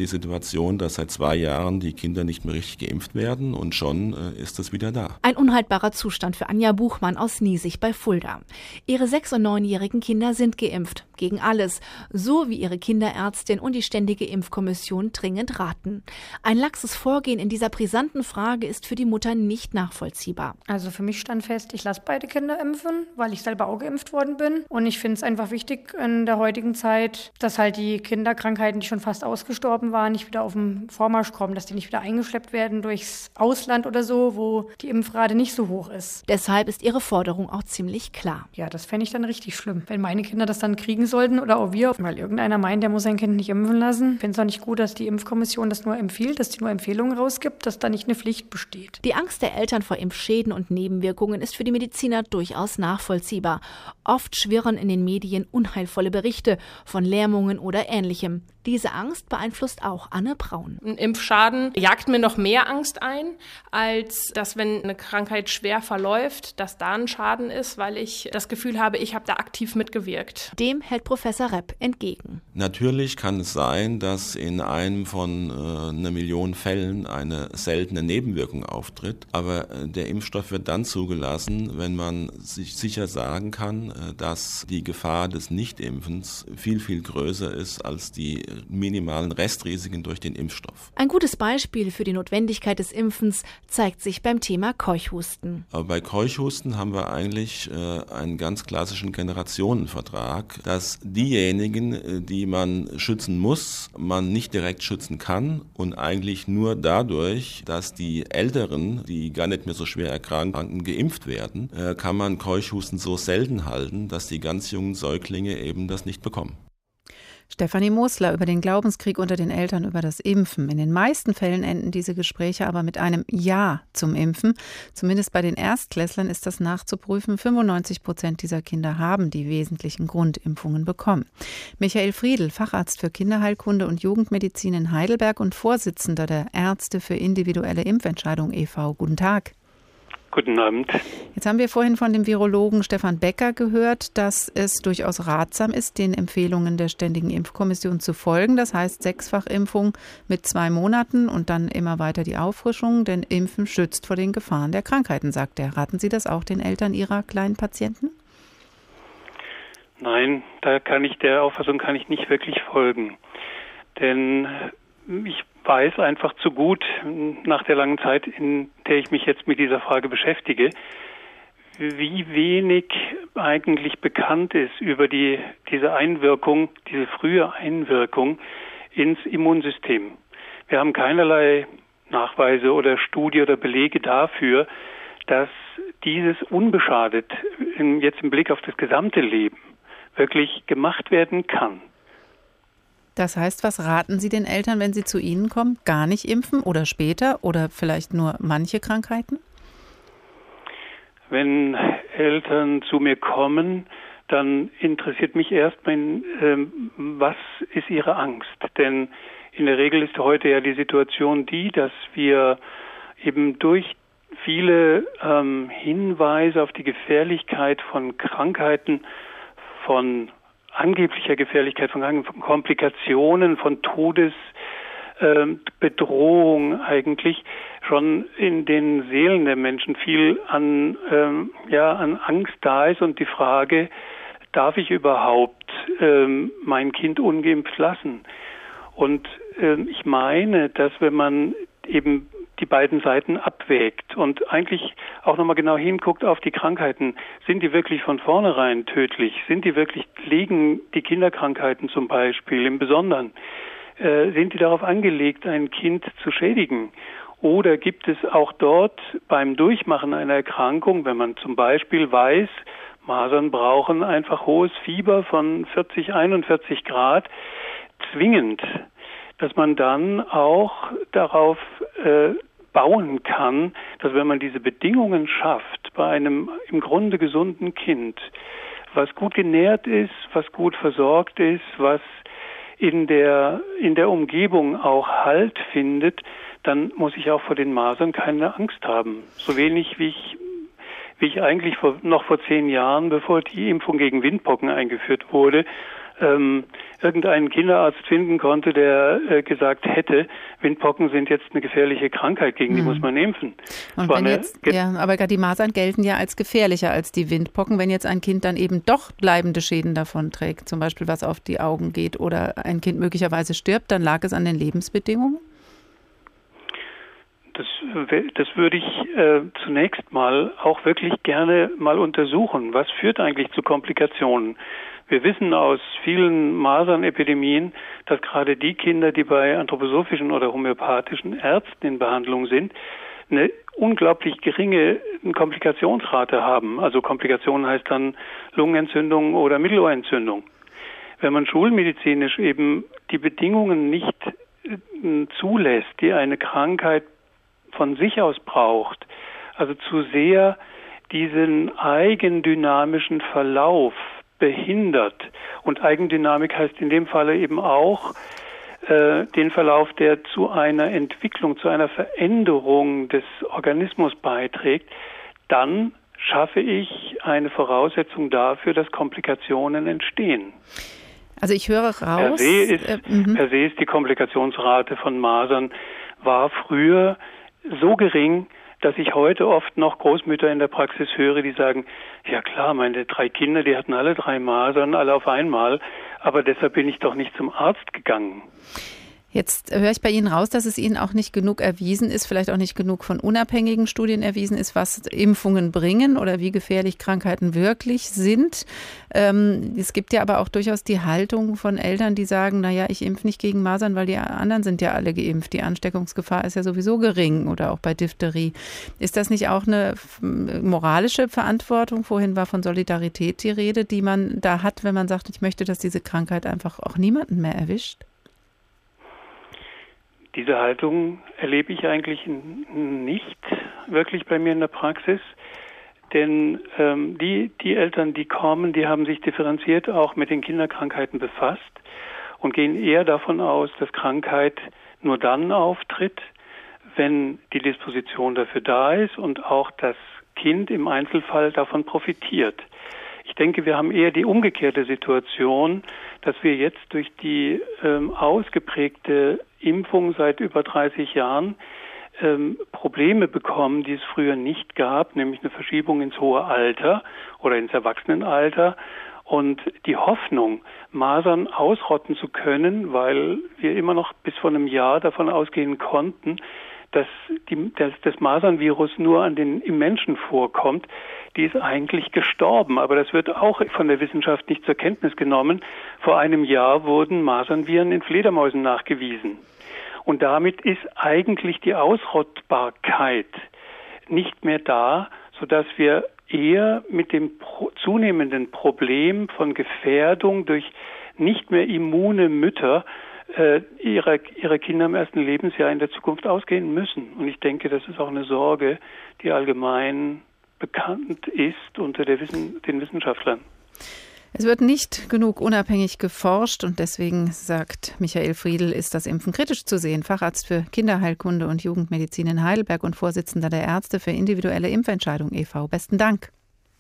Situation, dass seit zwei Jahren die Kinder nicht mehr richtig geimpft werden und schon äh, ist das wieder da.
Ein unhaltbarer Zustand für Anja Buchmann aus Niesig bei Fulda. Ihre sechs- und neunjährigen Kinder sind geimpft. Gegen alles. So wie ihre Kinderärztin und die Ständige Impfkommission dringend raten. Ein laxes Vorgehen in dieser brisanten Frage ist für die Mutter nicht nachvollziehbar.
Also für mich stand fest, ich lasse beide Kinder impfen, weil ich selber auch geimpft worden bin. Und ich finde es einfach wichtig in der heutigen Zeit, dass halt die Kinderkrankheiten, die schon fast ausgestorben waren, nicht wieder auf den Vormarsch kommen, dass die nicht wieder eingeschleppt werden durchs Ausland oder so, wo die Impfrate nicht so hoch ist.
Deshalb ist ihre Forderung auch ziemlich klar.
Ja, das fände ich dann richtig schlimm, wenn meine Kinder das dann kriegen sollten oder auch wir, weil irgendeiner meint, der muss sein Kind nicht impfen lassen. Ich finde es auch nicht gut, dass die Impfkommission das nur empfiehlt, dass die nur Empfehlungen rausgibt, dass da nicht eine Pflicht besteht.
Die Angst der Eltern vor Impfschäden und Nebenwirkungen ist für die Mediziner durchaus nachvollziehbar. Oft schwirren in den Medien unheilvolle Berichte von Lähmungen oder Ähnlichem. Diese Angst beeinflusst auch Anne Braun.
Ein Impfschaden jagt mir noch mehr Angst ein, als dass, wenn eine Krankheit schwer verläuft, dass da ein Schaden ist, weil ich das Gefühl habe, ich habe da aktiv mitgewirkt.
Dem hält Professor Repp entgegen.
Natürlich kann es sein, dass in einem von äh, einer Million Fällen eine seltene Nebenwirkung auftritt, aber äh, der Impfstoff wird dann zugelassen, wenn man sich sicher sagen kann, äh, dass die Gefahr des Nichtimpfens viel, viel größer ist als die minimalen Restrisiken durch den Impfstoff.
Ein gutes Beispiel für die Notwendigkeit des Impfens zeigt sich beim Thema Keuchhusten.
Aber bei Keuchhusten haben wir eigentlich äh, einen ganz klassischen Generationenvertrag, dass diejenigen, die man schützen muss, man nicht direkt schützen kann und eigentlich nur dadurch, dass die Älteren, die gar nicht mehr so schwer erkranken, geimpft werden, äh, kann man Keuchhusten so selten halten, dass die ganz jungen Säuglinge eben das nicht bekommen.
Stefanie Mosler über den Glaubenskrieg unter den Eltern über das Impfen. In den meisten Fällen enden diese Gespräche aber mit einem Ja zum Impfen. Zumindest bei den Erstklässlern ist das nachzuprüfen. fünfundneunzig Prozent dieser Kinder haben die wesentlichen Grundimpfungen bekommen. Michael Friedl, Facharzt für Kinderheilkunde und Jugendmedizin in Heidelberg und Vorsitzender der Ärzte für individuelle Impfentscheidung e V Guten Tag.
Guten Abend.
Jetzt haben wir vorhin von dem Virologen Stefan Becker gehört, dass es durchaus ratsam ist, den Empfehlungen der Ständigen Impfkommission zu folgen. Das heißt Sechsfachimpfung mit zwei Monaten und dann immer weiter die Auffrischung, denn Impfen schützt vor den Gefahren der Krankheiten, sagt er. Raten Sie das auch den Eltern Ihrer kleinen Patienten?
Nein, da kann ich der Auffassung kann ich nicht wirklich folgen. Denn ich weiß einfach zu gut, nach der langen Zeit, in der ich mich jetzt mit dieser Frage beschäftige, wie wenig eigentlich bekannt ist über die, diese Einwirkung, diese frühe Einwirkung ins Immunsystem. Wir haben keinerlei Nachweise oder Studie oder Belege dafür, dass dieses unbeschadet, jetzt im Blick auf das gesamte Leben, wirklich gemacht werden kann.
Das heißt, was raten Sie den Eltern, wenn sie zu Ihnen kommen? Gar nicht impfen oder später oder vielleicht nur manche Krankheiten?
Wenn Eltern zu mir kommen, dann interessiert mich erstmal, ähm, was ist ihre Angst? Denn in der Regel ist heute ja die Situation die, dass wir eben durch viele ähm, Hinweise auf die Gefährlichkeit von Krankheiten, von angeblicher Gefährlichkeit, von Komplikationen, von Todesbedrohung ähm, eigentlich schon in den Seelen der Menschen viel an, ähm, ja, an Angst da ist und die Frage, darf ich überhaupt ähm, mein Kind ungeimpft lassen? Und ähm, ich meine, dass wenn man eben die beiden Seiten abwägt und eigentlich auch nochmal genau hinguckt auf die Krankheiten. Sind die wirklich von vornherein tödlich? Sind die wirklich, liegen die Kinderkrankheiten zum Beispiel im Besonderen? Äh, sind die darauf angelegt, ein Kind zu schädigen? Oder gibt es auch dort beim Durchmachen einer Erkrankung, wenn man zum Beispiel weiß, Masern brauchen einfach hohes Fieber von vierzig, einundvierzig Grad, zwingend, dass man dann auch darauf äh, bauen kann, dass wenn man diese Bedingungen schafft bei einem im Grunde gesunden Kind, was gut genährt ist, was gut versorgt ist, was in der in der Umgebung auch Halt findet, dann muss ich auch vor den Masern keine Angst haben. So wenig wie ich wie ich eigentlich vor, noch vor zehn Jahren, bevor die Impfung gegen Windpocken eingeführt wurde, ähm, irgendeinen Kinderarzt finden konnte, der äh, gesagt hätte, Windpocken sind jetzt eine gefährliche Krankheit, gegen die hm. muss man impfen.
Und wenn jetzt, ja, aber die Masern gelten ja als gefährlicher als die Windpocken. Wenn jetzt ein Kind dann eben doch bleibende Schäden davon trägt, zum Beispiel was auf die Augen geht oder ein Kind möglicherweise stirbt, dann lag es an den Lebensbedingungen?
Das, das würde ich äh, zunächst mal auch wirklich gerne mal untersuchen. Was führt eigentlich zu Komplikationen? Wir wissen aus vielen Masernepidemien, dass gerade die Kinder, die bei anthroposophischen oder homöopathischen Ärzten in Behandlung sind, eine unglaublich geringe Komplikationsrate haben. Also Komplikationen heißt dann Lungenentzündung oder Mittelohrentzündung. Wenn man schulmedizinisch eben die Bedingungen nicht äh, zulässt, die eine Krankheit von sich aus braucht, also zu sehr diesen eigendynamischen Verlauf behindert. Und Eigendynamik heißt in dem Falle eben auch äh, den Verlauf, der zu einer Entwicklung, zu einer Veränderung des Organismus beiträgt, dann schaffe ich eine Voraussetzung dafür, dass Komplikationen entstehen.
Also ich höre raus.
Per se ist, äh, per se ist die Komplikationsrate von Masern war früher so gering, dass ich heute oft noch Großmütter in der Praxis höre, die sagen, ja klar, meine drei Kinder, die hatten alle drei Masern, alle auf einmal, aber deshalb bin ich doch nicht zum Arzt gegangen.
Jetzt höre ich bei Ihnen raus, dass es Ihnen auch nicht genug erwiesen ist, vielleicht auch nicht genug von unabhängigen Studien erwiesen ist, was Impfungen bringen oder wie gefährlich Krankheiten wirklich sind. Ähm, es gibt ja aber auch durchaus die Haltung von Eltern, die sagen, naja, ich impfe nicht gegen Masern, weil die anderen sind ja alle geimpft. Die Ansteckungsgefahr ist ja sowieso gering oder auch bei Diphtherie. Ist das nicht auch eine moralische Verantwortung? Vorhin war von Solidarität die Rede, die man da hat, wenn man sagt, ich möchte, dass diese Krankheit einfach auch niemanden mehr erwischt?
Diese Haltung erlebe ich eigentlich nicht wirklich bei mir in der Praxis, denn ähm, die, die Eltern, die kommen, die haben sich differenziert auch mit den Kinderkrankheiten befasst und gehen eher davon aus, dass Krankheit nur dann auftritt, wenn die Disposition dafür da ist und auch das Kind im Einzelfall davon profitiert. Ich denke, wir haben eher die umgekehrte Situation, dass wir jetzt durch die ähm, ausgeprägte Impfung seit über dreißig Jahren ähm, Probleme bekommen, die es früher nicht gab, nämlich eine Verschiebung ins hohe Alter oder ins Erwachsenenalter und die Hoffnung, Masern ausrotten zu können, weil wir immer noch bis vor einem Jahr davon ausgehen konnten, dass die, dass das Masernvirus nur an den, im Menschen vorkommt, die ist eigentlich gestorben. Aber das wird auch von der Wissenschaft nicht zur Kenntnis genommen. Vor einem Jahr wurden Masernviren in Fledermäusen nachgewiesen. Und damit ist eigentlich die Ausrottbarkeit nicht mehr da, sodass wir eher mit dem pro- zunehmenden Problem von Gefährdung durch nicht mehr immune Mütter äh, ihre, ihre Kinder im ersten Lebensjahr in der Zukunft ausgehen müssen. Und ich denke, das ist auch eine Sorge, die allgemein bekannt ist unter der Wissen, den Wissenschaftlern.
Es wird nicht genug unabhängig geforscht und deswegen, sagt Michael Friedl, ist das Impfen kritisch zu sehen. Facharzt für Kinderheilkunde und Jugendmedizin in Heidelberg und Vorsitzender der Ärzte für individuelle Impfentscheidung e V Besten Dank.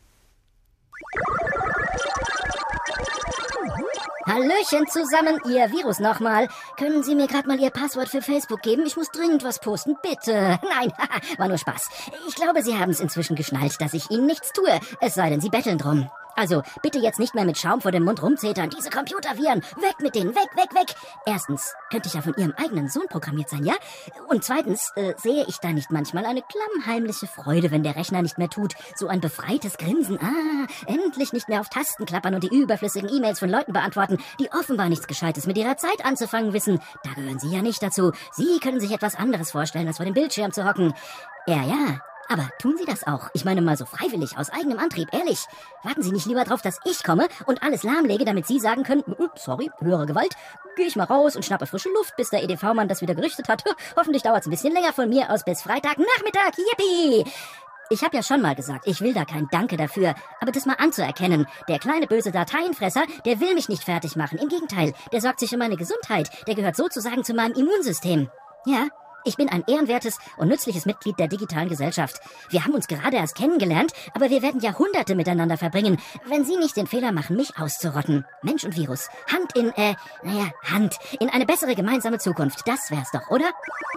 Hallöchen zusammen, ihr Virus nochmal. Können Sie mir gerade mal Ihr Passwort für Facebook geben? Ich muss dringend was posten, bitte. Nein, war nur Spaß. Ich glaube, Sie haben es inzwischen geschnallt, dass ich Ihnen nichts tue. Es sei denn, Sie betteln drum. Also, bitte jetzt nicht mehr mit Schaum vor dem Mund rumzetern. Diese Computerviren, weg mit denen, weg, weg, weg. Erstens, könnte ich ja von Ihrem eigenen Sohn programmiert sein, ja? Und zweitens, äh, sehe ich da nicht manchmal eine klammheimliche Freude, wenn der Rechner nicht mehr tut? So ein befreites Grinsen. Ah, endlich nicht mehr auf Tasten klappern und die überflüssigen E-Mails von Leuten beantworten, die offenbar nichts Gescheites mit ihrer Zeit anzufangen wissen. Da gehören Sie ja nicht dazu. Sie können sich etwas anderes vorstellen, als vor dem Bildschirm zu hocken. Ja, ja. Aber tun Sie das auch? Ich meine mal so freiwillig, aus eigenem Antrieb, ehrlich. Warten Sie nicht lieber drauf, dass ich komme und alles lahmlege, damit Sie sagen können, sorry, höhere Gewalt, gehe ich mal raus und schnappe frische Luft, bis der E D V-Mann das wieder gerüchtet hat. Hoffentlich dauert es ein bisschen länger, von mir aus bis Freitagnachmittag, yippie! Ich habe ja schon mal gesagt, ich will da kein Danke dafür, aber das mal anzuerkennen, der kleine böse Dateienfresser, der will mich nicht fertig machen, im Gegenteil, der sorgt sich um meine Gesundheit, der gehört sozusagen zu meinem Immunsystem. Ja, Ich bin ein ehrenwertes und nützliches Mitglied der digitalen Gesellschaft. Wir haben uns gerade erst kennengelernt, aber wir werden Jahrhunderte miteinander verbringen, wenn Sie nicht den Fehler machen, mich auszurotten. Mensch und Virus, Hand in, äh, naja, Hand in eine bessere gemeinsame Zukunft. Das wär's doch, oder?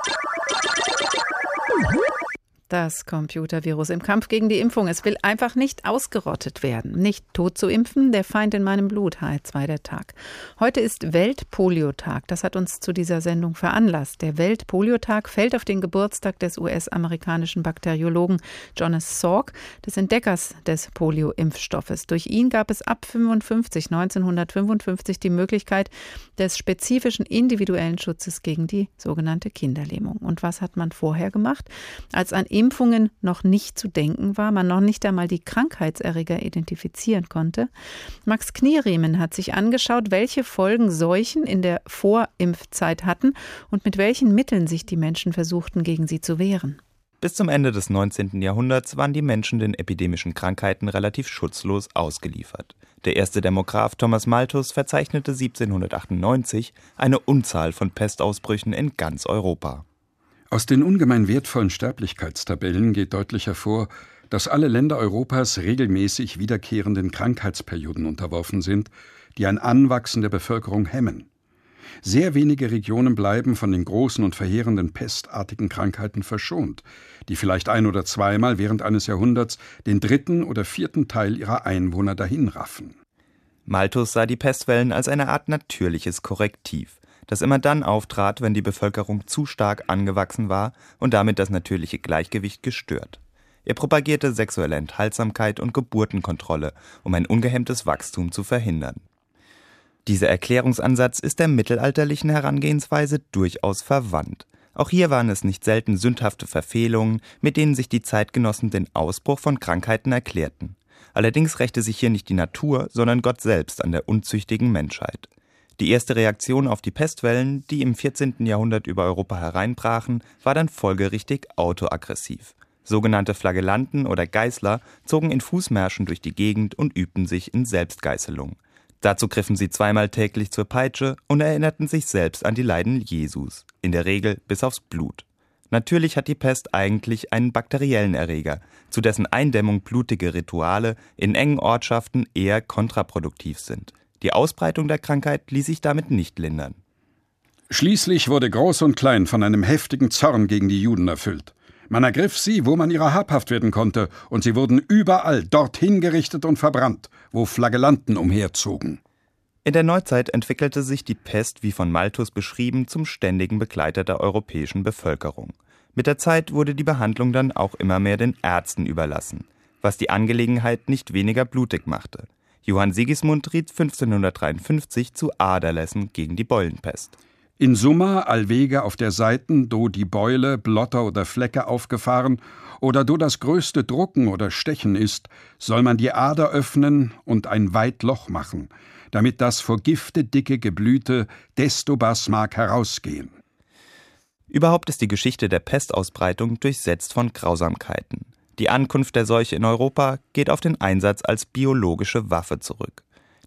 Das Computervirus im Kampf gegen die Impfung. Es will einfach nicht ausgerottet werden. Nicht tot zu impfen, der Feind in meinem Blut, H R zwei der Tag. Heute ist Weltpoliotag. Das hat uns zu dieser Sendung veranlasst. Der Weltpoliotag fällt auf den Geburtstag des U S-amerikanischen Bakteriologen Jonas Salk, des Entdeckers des Polio-Impfstoffes. Durch ihn gab es ab neunzehnhundertfünfundfünfzig die Möglichkeit des spezifischen individuellen Schutzes gegen die sogenannte Kinderlähmung. Und was hat man vorher gemacht? Als an Impfungen noch nicht zu denken war, man noch nicht einmal die Krankheitserreger identifizieren konnte. Max Knieriemen hat sich angeschaut, welche Folgen Seuchen in der Vorimpfzeit hatten und mit welchen Mitteln sich die Menschen versuchten, gegen sie zu wehren.
Bis zum Ende des neunzehnten Jahrhunderts waren die Menschen den epidemischen Krankheiten relativ schutzlos ausgeliefert. Der erste Demograph Thomas Malthus verzeichnete siebzehnhundertachtundneunzig eine Unzahl von Pestausbrüchen in ganz Europa.
Aus den ungemein wertvollen Sterblichkeitstabellen geht deutlich hervor, dass alle Länder Europas regelmäßig wiederkehrenden Krankheitsperioden unterworfen sind, die ein Anwachsen der Bevölkerung hemmen. Sehr wenige Regionen bleiben von den großen und verheerenden pestartigen Krankheiten verschont, die vielleicht ein- oder zweimal während eines Jahrhunderts den dritten oder vierten Teil ihrer Einwohner dahinraffen.
Malthus sah die Pestwellen als eine Art natürliches Korrektiv, das immer dann auftrat, wenn die Bevölkerung zu stark angewachsen war und damit das natürliche Gleichgewicht gestört. Er propagierte sexuelle Enthaltsamkeit und Geburtenkontrolle, um ein ungehemmtes Wachstum zu verhindern. Dieser Erklärungsansatz ist der mittelalterlichen Herangehensweise durchaus verwandt. Auch hier waren es nicht selten sündhafte Verfehlungen, mit denen sich die Zeitgenossen den Ausbruch von Krankheiten erklärten. Allerdings rächte sich hier nicht die Natur, sondern Gott selbst an der unzüchtigen Menschheit. Die erste Reaktion auf die Pestwellen, die im vierzehnten Jahrhundert über Europa hereinbrachen, war dann folgerichtig autoaggressiv. Sogenannte Flagellanten oder Geißler zogen in Fußmärschen durch die Gegend und übten sich in Selbstgeißelung. Dazu griffen sie zweimal täglich zur Peitsche und erinnerten sich selbst an die Leiden Jesus, in der Regel bis aufs Blut. Natürlich hat die Pest eigentlich einen bakteriellen Erreger, zu dessen Eindämmung blutige Rituale in engen Ortschaften eher kontraproduktiv sind. Die Ausbreitung der Krankheit ließ sich damit nicht lindern.
Schließlich wurde Groß und Klein von einem heftigen Zorn gegen die Juden erfüllt. Man ergriff sie, wo man ihrer habhaft werden konnte, und sie wurden überall dorthin gerichtet und verbrannt, wo Flagellanten umherzogen.
In der Neuzeit entwickelte sich die Pest, wie von Malthus beschrieben, zum ständigen Begleiter der europäischen Bevölkerung. Mit der Zeit wurde die Behandlung dann auch immer mehr den Ärzten überlassen, was die Angelegenheit nicht weniger blutig machte. Johann Sigismund riet fünfzehnhundertdreiundfünfzig zu Aderlässen gegen die Beulenpest.
In summa allwege auf der Seiten, do die Beule, Blotter oder Flecke aufgefahren oder do das größte Drucken oder Stechen ist, soll man die Ader öffnen und ein weit Loch machen, damit das vor Gifte dicke Geblüte desto bas mag herausgehen.
Überhaupt ist die Geschichte der Pestausbreitung durchsetzt von Grausamkeiten. Die Ankunft der Seuche in Europa geht auf den Einsatz als biologische Waffe zurück.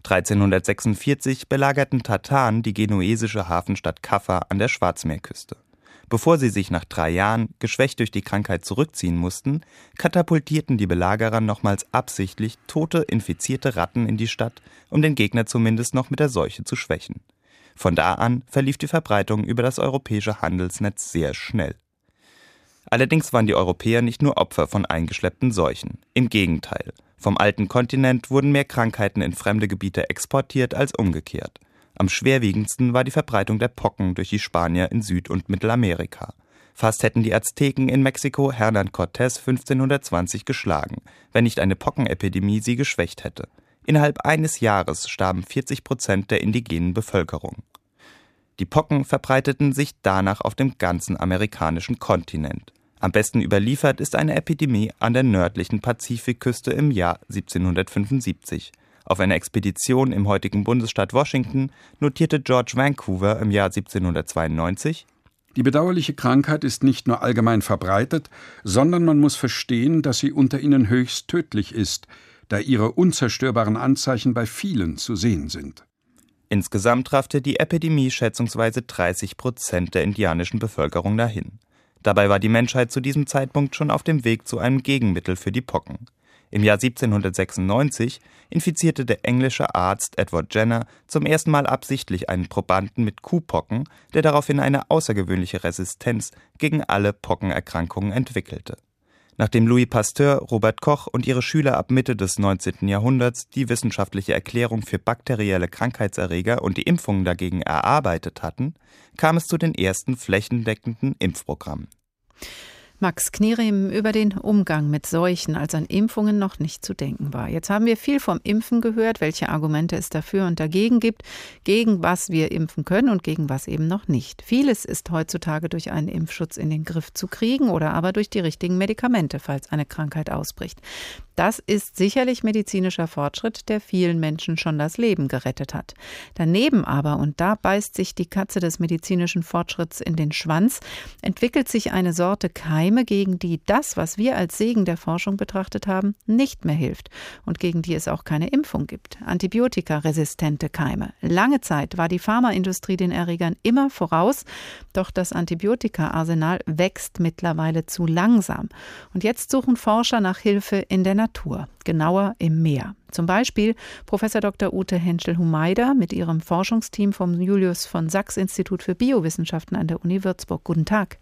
dreizehnhundertsechsundvierzig belagerten Tataren die genuesische Hafenstadt Kaffa an der Schwarzmeerküste. Bevor sie sich nach drei Jahren, geschwächt durch die Krankheit, zurückziehen mussten, katapultierten die Belagerer nochmals absichtlich tote, infizierte Ratten in die Stadt, um den Gegner zumindest noch mit der Seuche zu schwächen. Von da an verlief die Verbreitung über das europäische Handelsnetz sehr schnell. Allerdings waren die Europäer nicht nur Opfer von eingeschleppten Seuchen. Im Gegenteil, vom alten Kontinent wurden mehr Krankheiten in fremde Gebiete exportiert als umgekehrt. Am schwerwiegendsten war die Verbreitung der Pocken durch die Spanier in Süd- und Mittelamerika. Fast hätten die Azteken in Mexiko Hernán Cortés fünfzehnhundertzwanzig geschlagen, wenn nicht eine Pockenepidemie sie geschwächt hätte. Innerhalb eines Jahres starben vierzig Prozent der indigenen Bevölkerung. Die Pocken verbreiteten sich danach auf dem ganzen amerikanischen Kontinent. Am besten überliefert ist eine Epidemie an der nördlichen Pazifikküste im Jahr siebzehnhundertfünfundsiebzig. Auf einer Expedition im heutigen Bundesstaat Washington notierte George Vancouver im Jahr siebzehnhundertzweiundneunzig:
Die bedauerliche Krankheit ist nicht nur allgemein verbreitet, sondern man muss verstehen, dass sie unter ihnen höchst tödlich ist, da ihre unzerstörbaren Anzeichen bei vielen zu sehen sind.
Insgesamt raffte die Epidemie schätzungsweise dreißig Prozent der indianischen Bevölkerung dahin. Dabei war die Menschheit zu diesem Zeitpunkt schon auf dem Weg zu einem Gegenmittel für die Pocken. Im Jahr siebzehnhundertsechsundneunzig infizierte der englische Arzt Edward Jenner zum ersten Mal absichtlich einen Probanden mit Kuhpocken, der daraufhin eine außergewöhnliche Resistenz gegen alle Pockenerkrankungen entwickelte. Nachdem Louis Pasteur, Robert Koch und ihre Schüler ab Mitte des neunzehnten Jahrhunderts die wissenschaftliche Erklärung für bakterielle Krankheitserreger und die Impfungen dagegen erarbeitet hatten, kam es zu den ersten flächendeckenden Impfprogrammen.
Max Knierim über den Umgang mit Seuchen, als an Impfungen noch nicht zu denken war. Jetzt haben wir viel vom Impfen gehört, welche Argumente es dafür und dagegen gibt, gegen was wir impfen können und gegen was eben noch nicht. Vieles ist heutzutage durch einen Impfschutz in den Griff zu kriegen oder aber durch die richtigen Medikamente, falls eine Krankheit ausbricht. Das ist sicherlich medizinischer Fortschritt, der vielen Menschen schon das Leben gerettet hat. Daneben aber, und da beißt sich die Katze des medizinischen Fortschritts in den Schwanz, entwickelt sich eine Sorte Keime, gegen die das, was wir als Segen der Forschung betrachtet haben, nicht mehr hilft und gegen die es auch keine Impfung gibt. Antibiotikaresistente Keime. Lange Zeit war die Pharmaindustrie den Erregern immer voraus, doch das Antibiotika-Arsenal wächst mittlerweile zu langsam. Und jetzt suchen Forscher nach Hilfe in der Natur, genauer im Meer. Zum Beispiel Professor Doktor Ute Henschel-Humeider mit ihrem Forschungsteam vom Julius von Sachs Institut für Biowissenschaften an der Uni Würzburg. Guten Tag.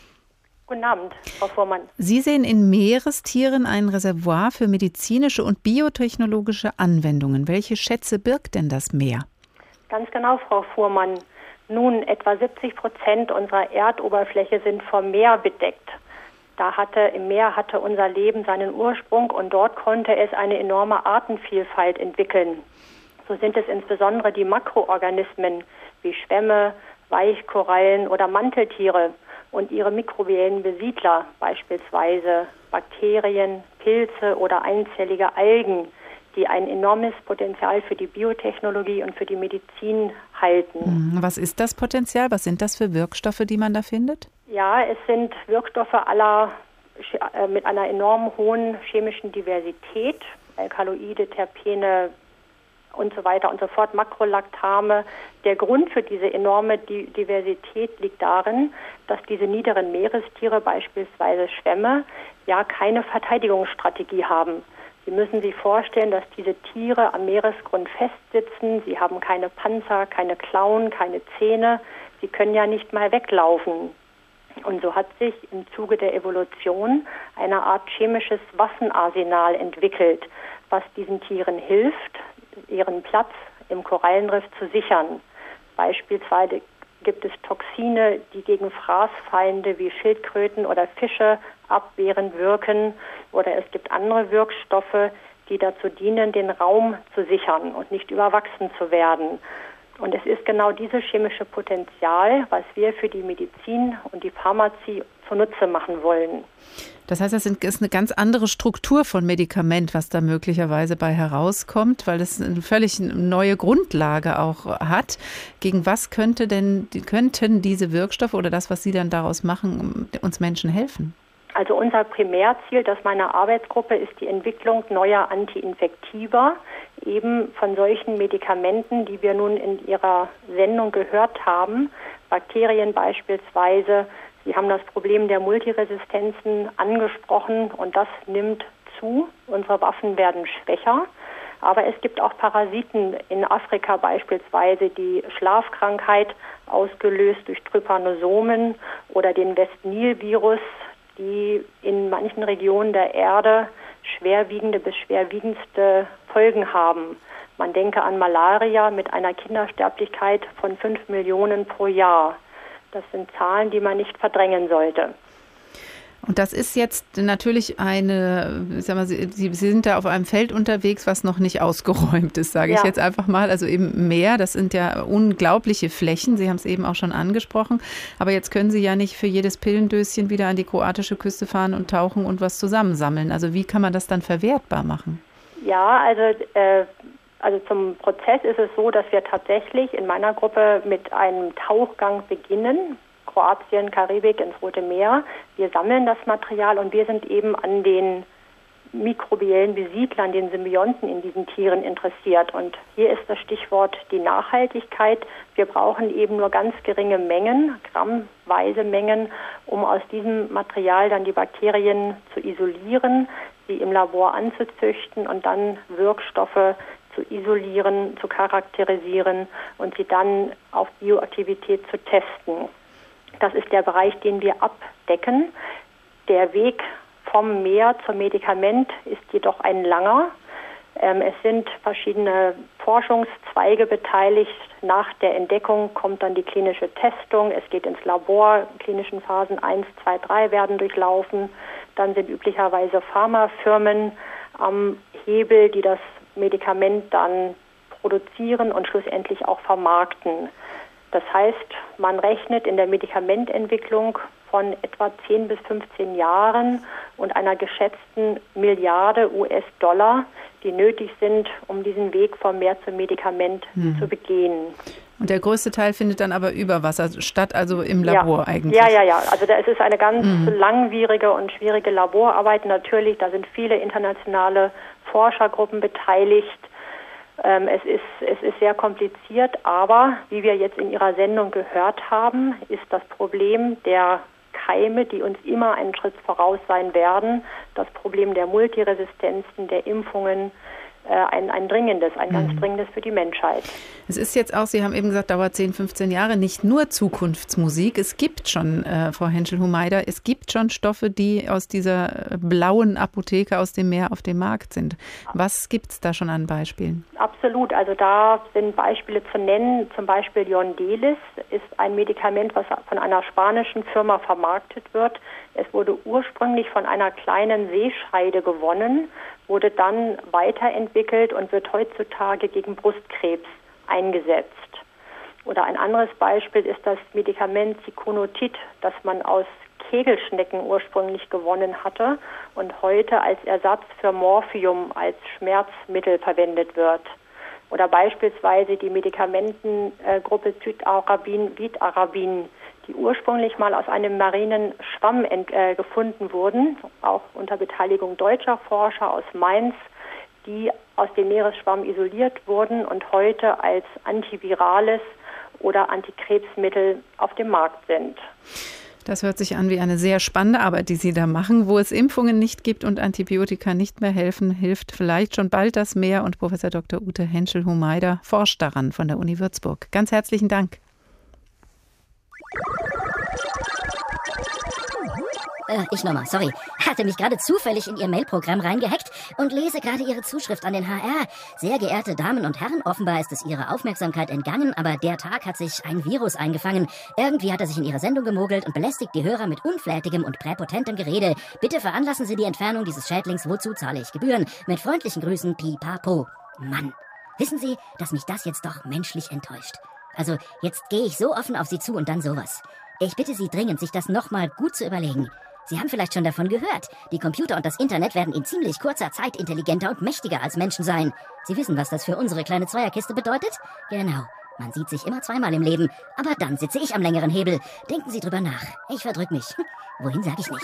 Guten Abend, Frau Fuhrmann.
Sie sehen in Meerestieren ein Reservoir für medizinische und biotechnologische Anwendungen. Welche Schätze birgt denn das Meer?
Ganz genau, Frau Fuhrmann. Nun, etwa siebzig Prozent unserer Erdoberfläche sind vom Meer bedeckt. Da hatte, im Meer hatte unser Leben seinen Ursprung und dort konnte es eine enorme Artenvielfalt entwickeln. So sind es insbesondere die Makroorganismen wie Schwämme, Weichkorallen oder Manteltiere und ihre mikrobiellen Besiedler, beispielsweise Bakterien, Pilze oder einzellige Algen, die ein enormes Potenzial für die Biotechnologie und für die Medizin halten.
Was ist das Potenzial? Was sind das für Wirkstoffe, die man da findet?
Ja, es sind Wirkstoffe aller äh, mit einer enorm hohen chemischen Diversität, Alkaloide, Terpene und so weiter und so fort, Makrolactame. Der Grund für diese enorme Diversität liegt darin, dass diese niederen Meerestiere, beispielsweise Schwämme, ja keine Verteidigungsstrategie haben. Sie müssen sich vorstellen, dass diese Tiere am Meeresgrund festsitzen. Sie haben keine Panzer, keine Klauen, keine Zähne. Sie können ja nicht mal weglaufen. Und so hat sich im Zuge der Evolution eine Art chemisches Waffenarsenal entwickelt, was diesen Tieren hilft, ihren Platz im Korallenriff zu sichern. Beispielsweise gibt es Toxine, die gegen Fraßfeinde wie Schildkröten oder Fische abwehrend wirken, oder es gibt andere Wirkstoffe, die dazu dienen, den Raum zu sichern und nicht überwachsen zu werden. Und es ist genau dieses chemische Potenzial, was wir für die Medizin und die Pharmazie zunutze machen wollen.
Das heißt, das ist eine ganz andere Struktur von Medikament, was da möglicherweise bei herauskommt, weil es eine völlig neue Grundlage auch hat. Gegen was könnte denn, könnten diese Wirkstoffe oder das, was Sie dann daraus machen, uns Menschen helfen?
Also unser Primärziel, das meiner Arbeitsgruppe, ist die Entwicklung neuer Antiinfektiva, eben von solchen Medikamenten, die wir nun in Ihrer Sendung gehört haben, Bakterien beispielsweise. Sie haben das Problem der Multiresistenzen angesprochen und das nimmt zu. Unsere Waffen werden schwächer. Aber es gibt auch Parasiten in Afrika beispielsweise, die Schlafkrankheit ausgelöst durch Trypanosomen oder den West-Nil-Virus, die in manchen Regionen der Erde schwerwiegende bis schwerwiegendste Folgen haben. Man denke an Malaria mit einer Kindersterblichkeit von fünf Millionen pro Jahr. Das sind Zahlen, die man nicht verdrängen sollte.
Und das ist jetzt natürlich eine, ich sag mal, Sie, Sie sind da auf einem Feld unterwegs, was noch nicht ausgeräumt ist, sage ich ja. jetzt einfach mal. Also im Meer, das sind ja unglaubliche Flächen. Sie haben es eben auch schon angesprochen. Aber jetzt können Sie ja nicht für jedes Pillendöschen wieder an die kroatische Küste fahren und tauchen und was zusammensammeln. Also wie kann man das dann verwertbar machen?
Ja, also äh, also zum Prozess ist es so, dass wir tatsächlich in meiner Gruppe mit einem Tauchgang beginnen. Kroatien, Karibik, ins Rote Meer. Wir sammeln das Material und wir sind eben an den mikrobiellen Besiedlern, den Symbionten in diesen Tieren interessiert. Und hier ist das Stichwort die Nachhaltigkeit. Wir brauchen eben nur ganz geringe Mengen, grammweise Mengen, um aus diesem Material dann die Bakterien zu isolieren, sie im Labor anzuzüchten und dann Wirkstoffe zu isolieren, zu charakterisieren und sie dann auf Bioaktivität zu testen. Das ist der Bereich, den wir abdecken. Der Weg vom Meer zum Medikament ist jedoch ein langer. Ähm, es sind verschiedene Forschungszweige beteiligt. Nach der Entdeckung kommt dann die klinische Testung. Es geht ins Labor. Klinischen Phasen eins, zwei, drei werden durchlaufen. Dann sind üblicherweise Pharmafirmen am Hebel, die das Medikament dann produzieren und schlussendlich auch vermarkten. Das heißt, man rechnet in der Medikamententwicklung von etwa zehn bis fünfzehn Jahren und einer geschätzten Milliarde U S-Dollar, die nötig sind, um diesen Weg vom Meer zum Medikament hm. zu begehen.
Und der größte Teil findet dann aber über Wasser statt, also im Labor
ja.
eigentlich?
Ja, ja, ja. Also da ist es eine ganz mhm. langwierige und schwierige Laborarbeit. Natürlich, da sind viele internationale Forschergruppen beteiligt. Ähm, es ist, es ist sehr kompliziert, aber wie wir jetzt in Ihrer Sendung gehört haben, ist das Problem der Keime, die uns immer einen Schritt voraus sein werden, das Problem der Multiresistenzen, der Impfungen, Ein, ein dringendes, ein ganz
mhm.
dringendes für die Menschheit.
Es ist jetzt auch, Sie haben eben gesagt, dauert zehn, fünfzehn Jahre, nicht nur Zukunftsmusik. Es gibt schon, äh, Frau Henschel-Humayder, es gibt schon Stoffe, die aus dieser blauen Apotheke aus dem Meer auf dem Markt sind. Was gibt es da schon an Beispielen?
Absolut, also da sind Beispiele zu nennen. Zum Beispiel Yondelis ist ein Medikament, was von einer spanischen Firma vermarktet wird. Es wurde ursprünglich von einer kleinen Seescheide gewonnen, wurde dann weiterentwickelt und wird heutzutage gegen Brustkrebs eingesetzt. Oder ein anderes Beispiel ist das Medikament Ziconotid, das man aus Kegelschnecken ursprünglich gewonnen hatte und heute als Ersatz für Morphium als Schmerzmittel verwendet wird. Oder beispielsweise die Medikamentengruppe Cytarabin, Vitarabin, die ursprünglich mal aus einem marinen Schwamm ent, äh, gefunden wurden, auch unter Beteiligung deutscher Forscher aus Mainz, die aus dem Meeresschwamm isoliert wurden und heute als antivirales oder Antikrebsmittel auf dem Markt sind.
Das hört sich an wie eine sehr spannende Arbeit, die Sie da machen. Wo es Impfungen nicht gibt und Antibiotika nicht mehr helfen, hilft vielleicht schon bald das Meer. Und Professor Doktor Ute Henschel-Humayder forscht daran von der Uni Würzburg. Ganz herzlichen Dank.
Äh, ich nochmal, sorry. Hatte mich gerade zufällig in Ihr Mailprogramm reingehackt und lese gerade Ihre Zuschrift an den H R. Sehr geehrte Damen und Herren, offenbar ist es Ihrer Aufmerksamkeit entgangen, aber der Tag hat sich ein Virus eingefangen. Irgendwie hat er sich in Ihre Sendung gemogelt und belästigt die Hörer mit unflätigem und präpotentem Gerede. Bitte veranlassen Sie die Entfernung dieses Schädlings, wozu zahle ich Gebühren? Mit freundlichen Grüßen, Pipapo. Mann, wissen Sie, dass mich das jetzt doch menschlich enttäuscht. Also, jetzt gehe ich so offen auf Sie zu und dann sowas. Ich bitte Sie dringend, sich das nochmal gut zu überlegen. Sie haben vielleicht schon davon gehört. Die Computer und das Internet werden in ziemlich kurzer Zeit intelligenter und mächtiger als Menschen sein. Sie wissen, was das für unsere kleine Zweierkiste bedeutet? Genau. Man sieht sich immer zweimal im Leben. Aber dann sitze ich am längeren Hebel. Denken Sie drüber nach. Ich verdrück mich. Wohin sag ich nicht.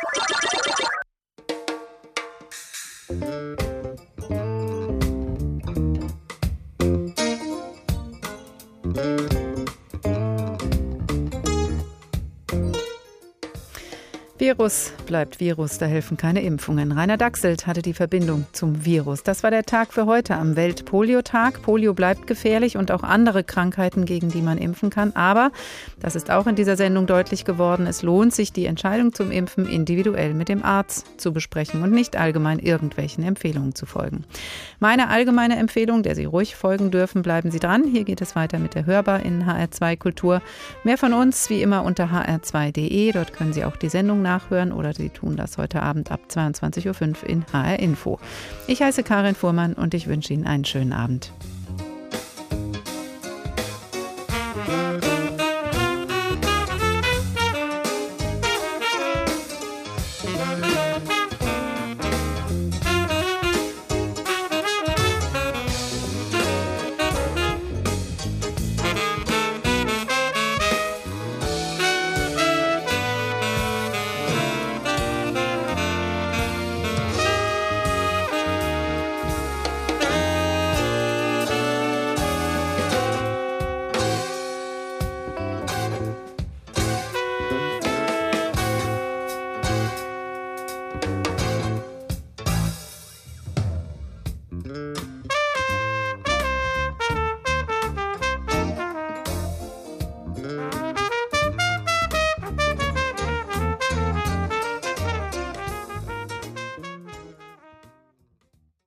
Virus bleibt Virus, da helfen keine Impfungen. Rainer Dachselt hatte die Verbindung zum Virus. Das war der Tag für heute am Welt-Polio-Tag. Polio bleibt gefährlich und auch andere Krankheiten, gegen die man impfen kann. Aber, das ist auch in dieser Sendung deutlich geworden, es lohnt sich, die Entscheidung zum Impfen individuell mit dem Arzt zu besprechen und nicht allgemein irgendwelchen Empfehlungen zu folgen. Meine allgemeine Empfehlung, der Sie ruhig folgen dürfen, bleiben Sie dran. Hier geht es weiter mit der Hörbar in H R zwei Kultur. Mehr von uns wie immer unter h r zwei punkt d e. Dort können Sie auch die Sendung nachhören oder Sie tun das heute Abend ab zweiundzwanzig Uhr fünf in H R Info. Ich heiße Karin Fuhrmann und ich wünsche Ihnen einen schönen Abend.